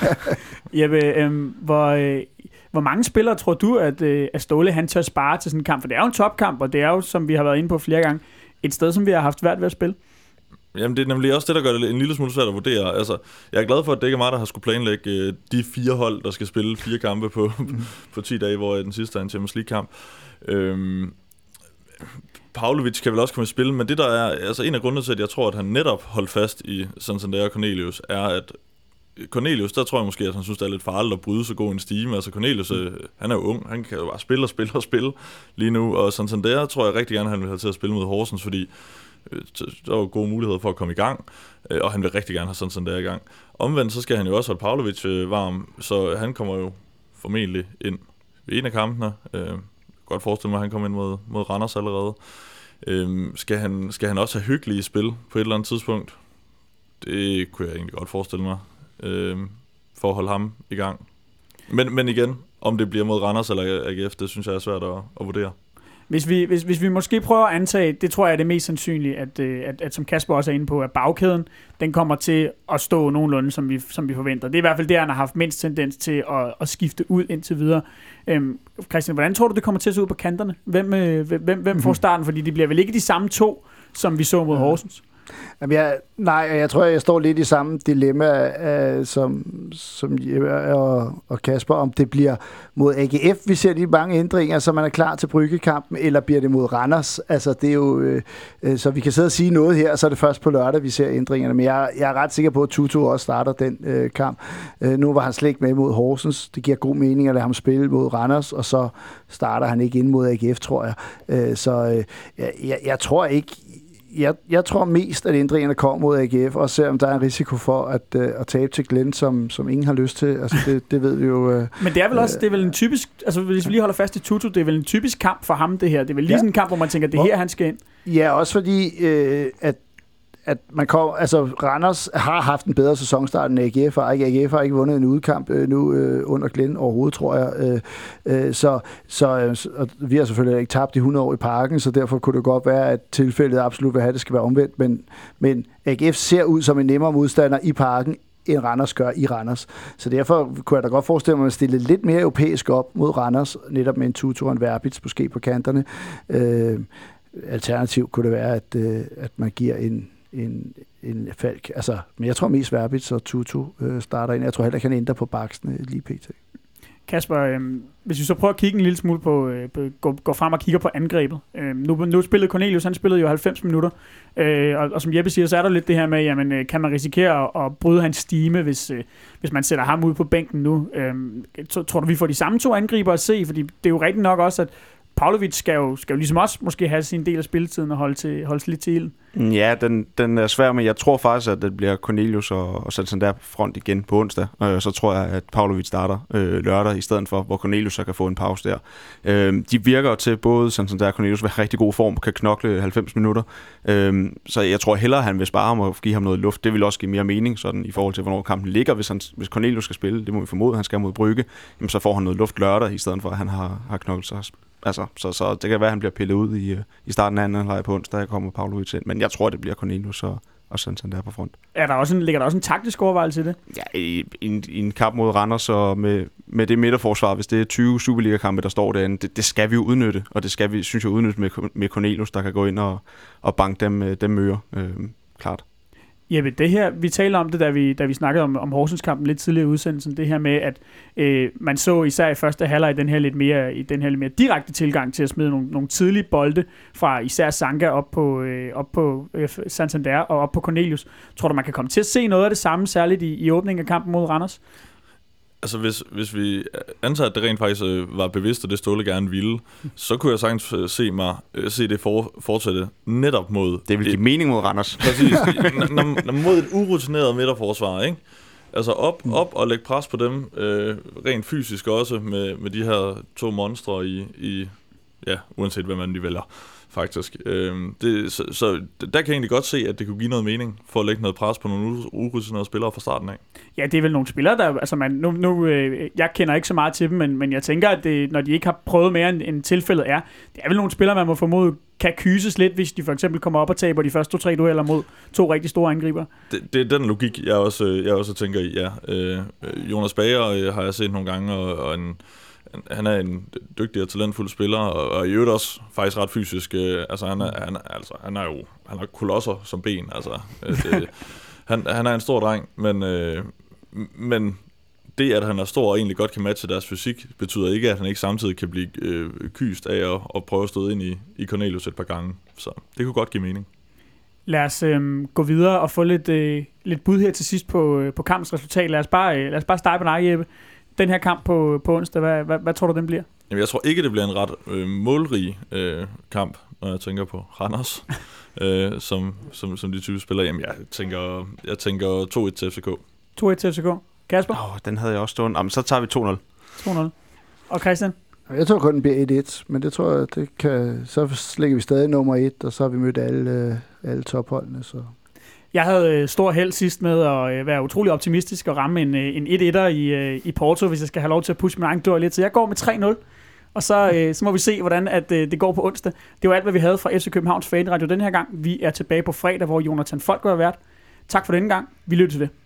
Jeppe, øhm, hvor, øh, hvor mange spillere tror du, at, øh, at Ståle han tør spare til sådan en kamp? For det er jo en topkamp, og det er jo, som vi har været inde på flere gange, et sted, som vi har haft svært ved at spille. Jamen, det er nemlig også det, der gør det en lille smule svært at vurdere. Altså, jeg er glad for, at det ikke er mig, der har skulle planlægge øh, de fire hold, der skal spille fire kampe på, mm. på ti dage, hvor den sidste er en Champions League-kamp. Øhm, Pavlovic kan vel også komme i spil, men det der er, altså en af grundene til, at jeg tror, at han netop holdt fast i Santander og Cornelius, er, at Cornelius, der tror jeg måske, at han synes, det er lidt farligt at bryde så god en stime. Altså Cornelius, mm. han er jo ung, han kan jo bare spille og spille og spille lige nu, og sådan sådan der tror jeg rigtig gerne, han vil have til at spille mod Horsens, fordi øh, der var gode muligheder for at komme i gang, øh, og han vil rigtig gerne have sådan sådan der i gang. Omvendt, så skal han jo også holde Pavlovic øh, varm, så han kommer jo formentlig ind ved en af kampene. Øh, godt forestille mig, at han kommer ind mod, mod Randers allerede. Øh, skal, han, skal han også have hyggelige spil på et eller andet tidspunkt? Det kunne jeg egentlig godt forestille mig, øh, for at holde ham i gang. Men, men igen, om det bliver mod Randers eller A G F, det synes jeg er svært at, at vurdere. Hvis vi, hvis, hvis vi måske prøver at antage, det tror jeg er det mest sandsynlige, at, at, at som Kasper også er inde på, at bagkæden, den kommer til at stå nogenlunde, som vi, som vi forventer. Det er i hvert fald det, han har haft mindst tendens til at, at skifte ud indtil videre. Øhm, Christian, hvordan tror du, det kommer til at se ud på kanterne? Hvem, øh, hvem, hvem får starten? Fordi de bliver vel ikke de samme to, som vi så mod Horsens? Jamen jeg, nej, jeg tror, jeg står lidt i samme dilemma uh, som, som Jeppe og, og Kasper, om det bliver mod A G F, vi ser de mange ændringer, så man er klar til Bryggekampen, eller bliver det mod Randers? Altså det er jo, uh, så vi kan sidde og sige noget her, så er det først på lørdag, vi ser ændringerne, men jeg, jeg er ret sikker på, at Tutu også starter den uh, kamp. Uh, nu var han slet ikke med mod Horsens, det giver god mening at lade ham spille mod Randers, og så starter han ikke ind mod A G F, tror jeg. Uh, så uh, jeg, jeg, jeg tror ikke, Jeg, jeg tror mest, at ændringerne kommer mod A G F, og ser om der er en risiko for at, uh, at tabe til Glenn, som, som ingen har lyst til. Altså, det, det ved vi jo. Uh, Men det er vel også, det er vel en typisk, altså hvis vi lige holder fast i Tutu, det er vel en typisk kamp for ham, det her. Det er vel lige ja. sådan en kamp, hvor man tænker, det er her, han skal ind. Ja, også fordi, uh, at at man kommer, altså Randers har haft en bedre sæsonstart end A G F, og A G F har ikke vundet en udkamp øh, nu øh, under Glenn overhovedet, tror jeg. Øh, øh, så så øh, og vi har selvfølgelig ikke tabt de hundrede år i Parken, så derfor kunne det godt være, at tilfældet absolut vil have, at det skal være omvendt, men, men A G F ser ud som en nemmere modstander i Parken, end Randers gør i Randers. Så derfor kunne jeg da godt forestille mig, at man stille lidt mere europæisk op mod Randers, netop med en Tutu og en Verbitz måske på kanterne. Øh, alternativ kunne det være, at, øh, at man giver en en, en Falk. Altså, men jeg tror mest Verbitz og Tutu øh, starter ind. Jeg tror heller ikke, han ændrer på baksene lige pt. Kasper, øh, hvis vi så prøver at kigge en lille smule på, øh, på går, går frem og kigger på angrebet. Øh, nu, nu spillede Cornelius, han spillede jo halvfems minutter, øh, og, og som Jeppe siger, så er der lidt det her med, jamen, øh, kan man risikere at, at bryde hans stime, hvis, øh, hvis man sætter ham ud på bænken nu? Øh, så, tror du, vi får de samme to angriber at se? Fordi det er jo rigtigt nok også, at Pavlovic skal jo, skal jo ligesom også måske have sin del af spilletiden og holde, til, holde lidt til ilden. Ja, den, den er svær, men jeg tror faktisk, at det bliver Cornelius og, og sådan der front igen på onsdag. Øh, så tror jeg, at Pavlovic starter øh, lørdag i stedet for, hvor Cornelius så kan få en pause der. Øh, de virker til både sådan der Cornelius vil have rigtig god form, kan knokle halvfems minutter. Øh, så jeg tror hellere, at han vil spare ham og give ham noget luft. Det vil også give mere mening sådan, i forhold til, hvornår kampen ligger. Hvis, han, hvis Cornelius skal spille, det må vi formode, han skal mod Brygge, jamen, så får han noget luft lørdag, i stedet for, at han har, har knoklet sig. Altså, så, så det kan være, at han bliver pillet ud i, i starten af anden halvleg på onsdag, der kommer Pavlovic ind. Men jeg tror, det bliver Cornelius og, og sådan, sådan der på front. Er der også en, ligger der også en taktisk overvejelse i det? Ja, i, i, en, i en kamp mod Randers og med, med det midterforsvar, hvis det er tyve Superliga-kampe, der står derinde, det, det skal vi jo udnytte. Og det skal vi, synes jeg, udnytte med, med Cornelius, der kan gå ind og, og banke dem, dem møre. Øh, klart. Jeppe, det her, vi taler om det, da vi, da vi snakkede om, om Horsens-kampen lidt tidligere i udsendelsen, det her med, at øh, man så især i første halvleg i den her lidt mere, i den her lidt mere direkte tilgang til at smide nogle, nogle tidlige bolde fra især Sanka op på, øh, op på øh, Santander og op på Cornelius. Tror du, man kan komme til at se noget af det samme, særligt i, i åbningen af kampen mod Randers? Altså hvis, hvis vi antager, at det rent faktisk var bevidst, og det Ståle gerne ville, så kunne jeg sagtens se mig se det for, fortsætte netop mod... Det vil give mening mod Randers. Præcis. når, når mod et urutineret midterforsvar, ikke? Altså op, op og lægge pres på dem, øh, rent fysisk også, med, med de her to monstre i, i... Ja, uanset hvad man de vælger, faktisk. Øhm, det, så, så der kan jeg egentlig godt se, at det kunne give noget mening for at lægge noget pres på nogle urutinerede spillere fra starten af. Ja, det er vel nogle spillere, der... Altså man, nu, nu, øh, jeg kender ikke så meget til dem, men, men jeg tænker, at det, når de ikke har prøvet mere, end, end tilfældet er, det er vel nogle spillere, man må formode kan kyses lidt, hvis de for eksempel kommer op og taber de første to-tre dueller mod to rigtig store angriber. Det, det er den logik, jeg også, jeg også tænker i, ja. Øh, Jonas Bager øh, har jeg set nogle gange, og, og en... Han er en dygtig og talentfuld spiller, og, og i øvrigt også faktisk ret fysisk. Øh, altså, han er, han, altså, han er jo han har kolosser som ben. Altså, øh, det, han, han er en stor dreng, men, øh, men det, at han er stor og egentlig godt kan matche deres fysik, betyder ikke, at han ikke samtidig kan blive øh, kyst af at, at prøve at stå ind i, i Cornelius et par gange. Så det kunne godt give mening. Lad os øh, gå videre og få lidt, øh, lidt bud her til sidst på, øh, på kampens resultat. Lad os bare, øh, lad os bare starte med dig, Jeppe. Den her kamp på, på onsdag, hvad, hvad, hvad tror du, den bliver? Jamen, jeg tror ikke, det bliver en ret øh, målrig øh, kamp, når jeg tænker på Randers, øh, som, som, som de typisk spiller. Jamen, jeg tænker, jeg tænker to et til F C K. to et til F C K. Kasper? Åh, oh, den havde jeg også stående. Jamen, så tager vi to nul. to nul. Og Christian? Jeg tror kun, den bliver et et, men det tror jeg, det kan, så ligger vi stadig nummer et, og så har vi mødt alle, alle topholdene. Så. Jeg havde stor held sidst med at være utrolig optimistisk og ramme en, en et-etter i, i Porto, hvis jeg skal have lov til at pushe min egen dør lidt. Så jeg går med tre nul, og så, så må vi se, hvordan at det går på onsdag. Det var alt, hvad vi havde fra F C Københavns Fanradio den her gang. Vi er tilbage på fredag, hvor Jonathan Folk var vært. Tak for denne gang. Vi lytter til det.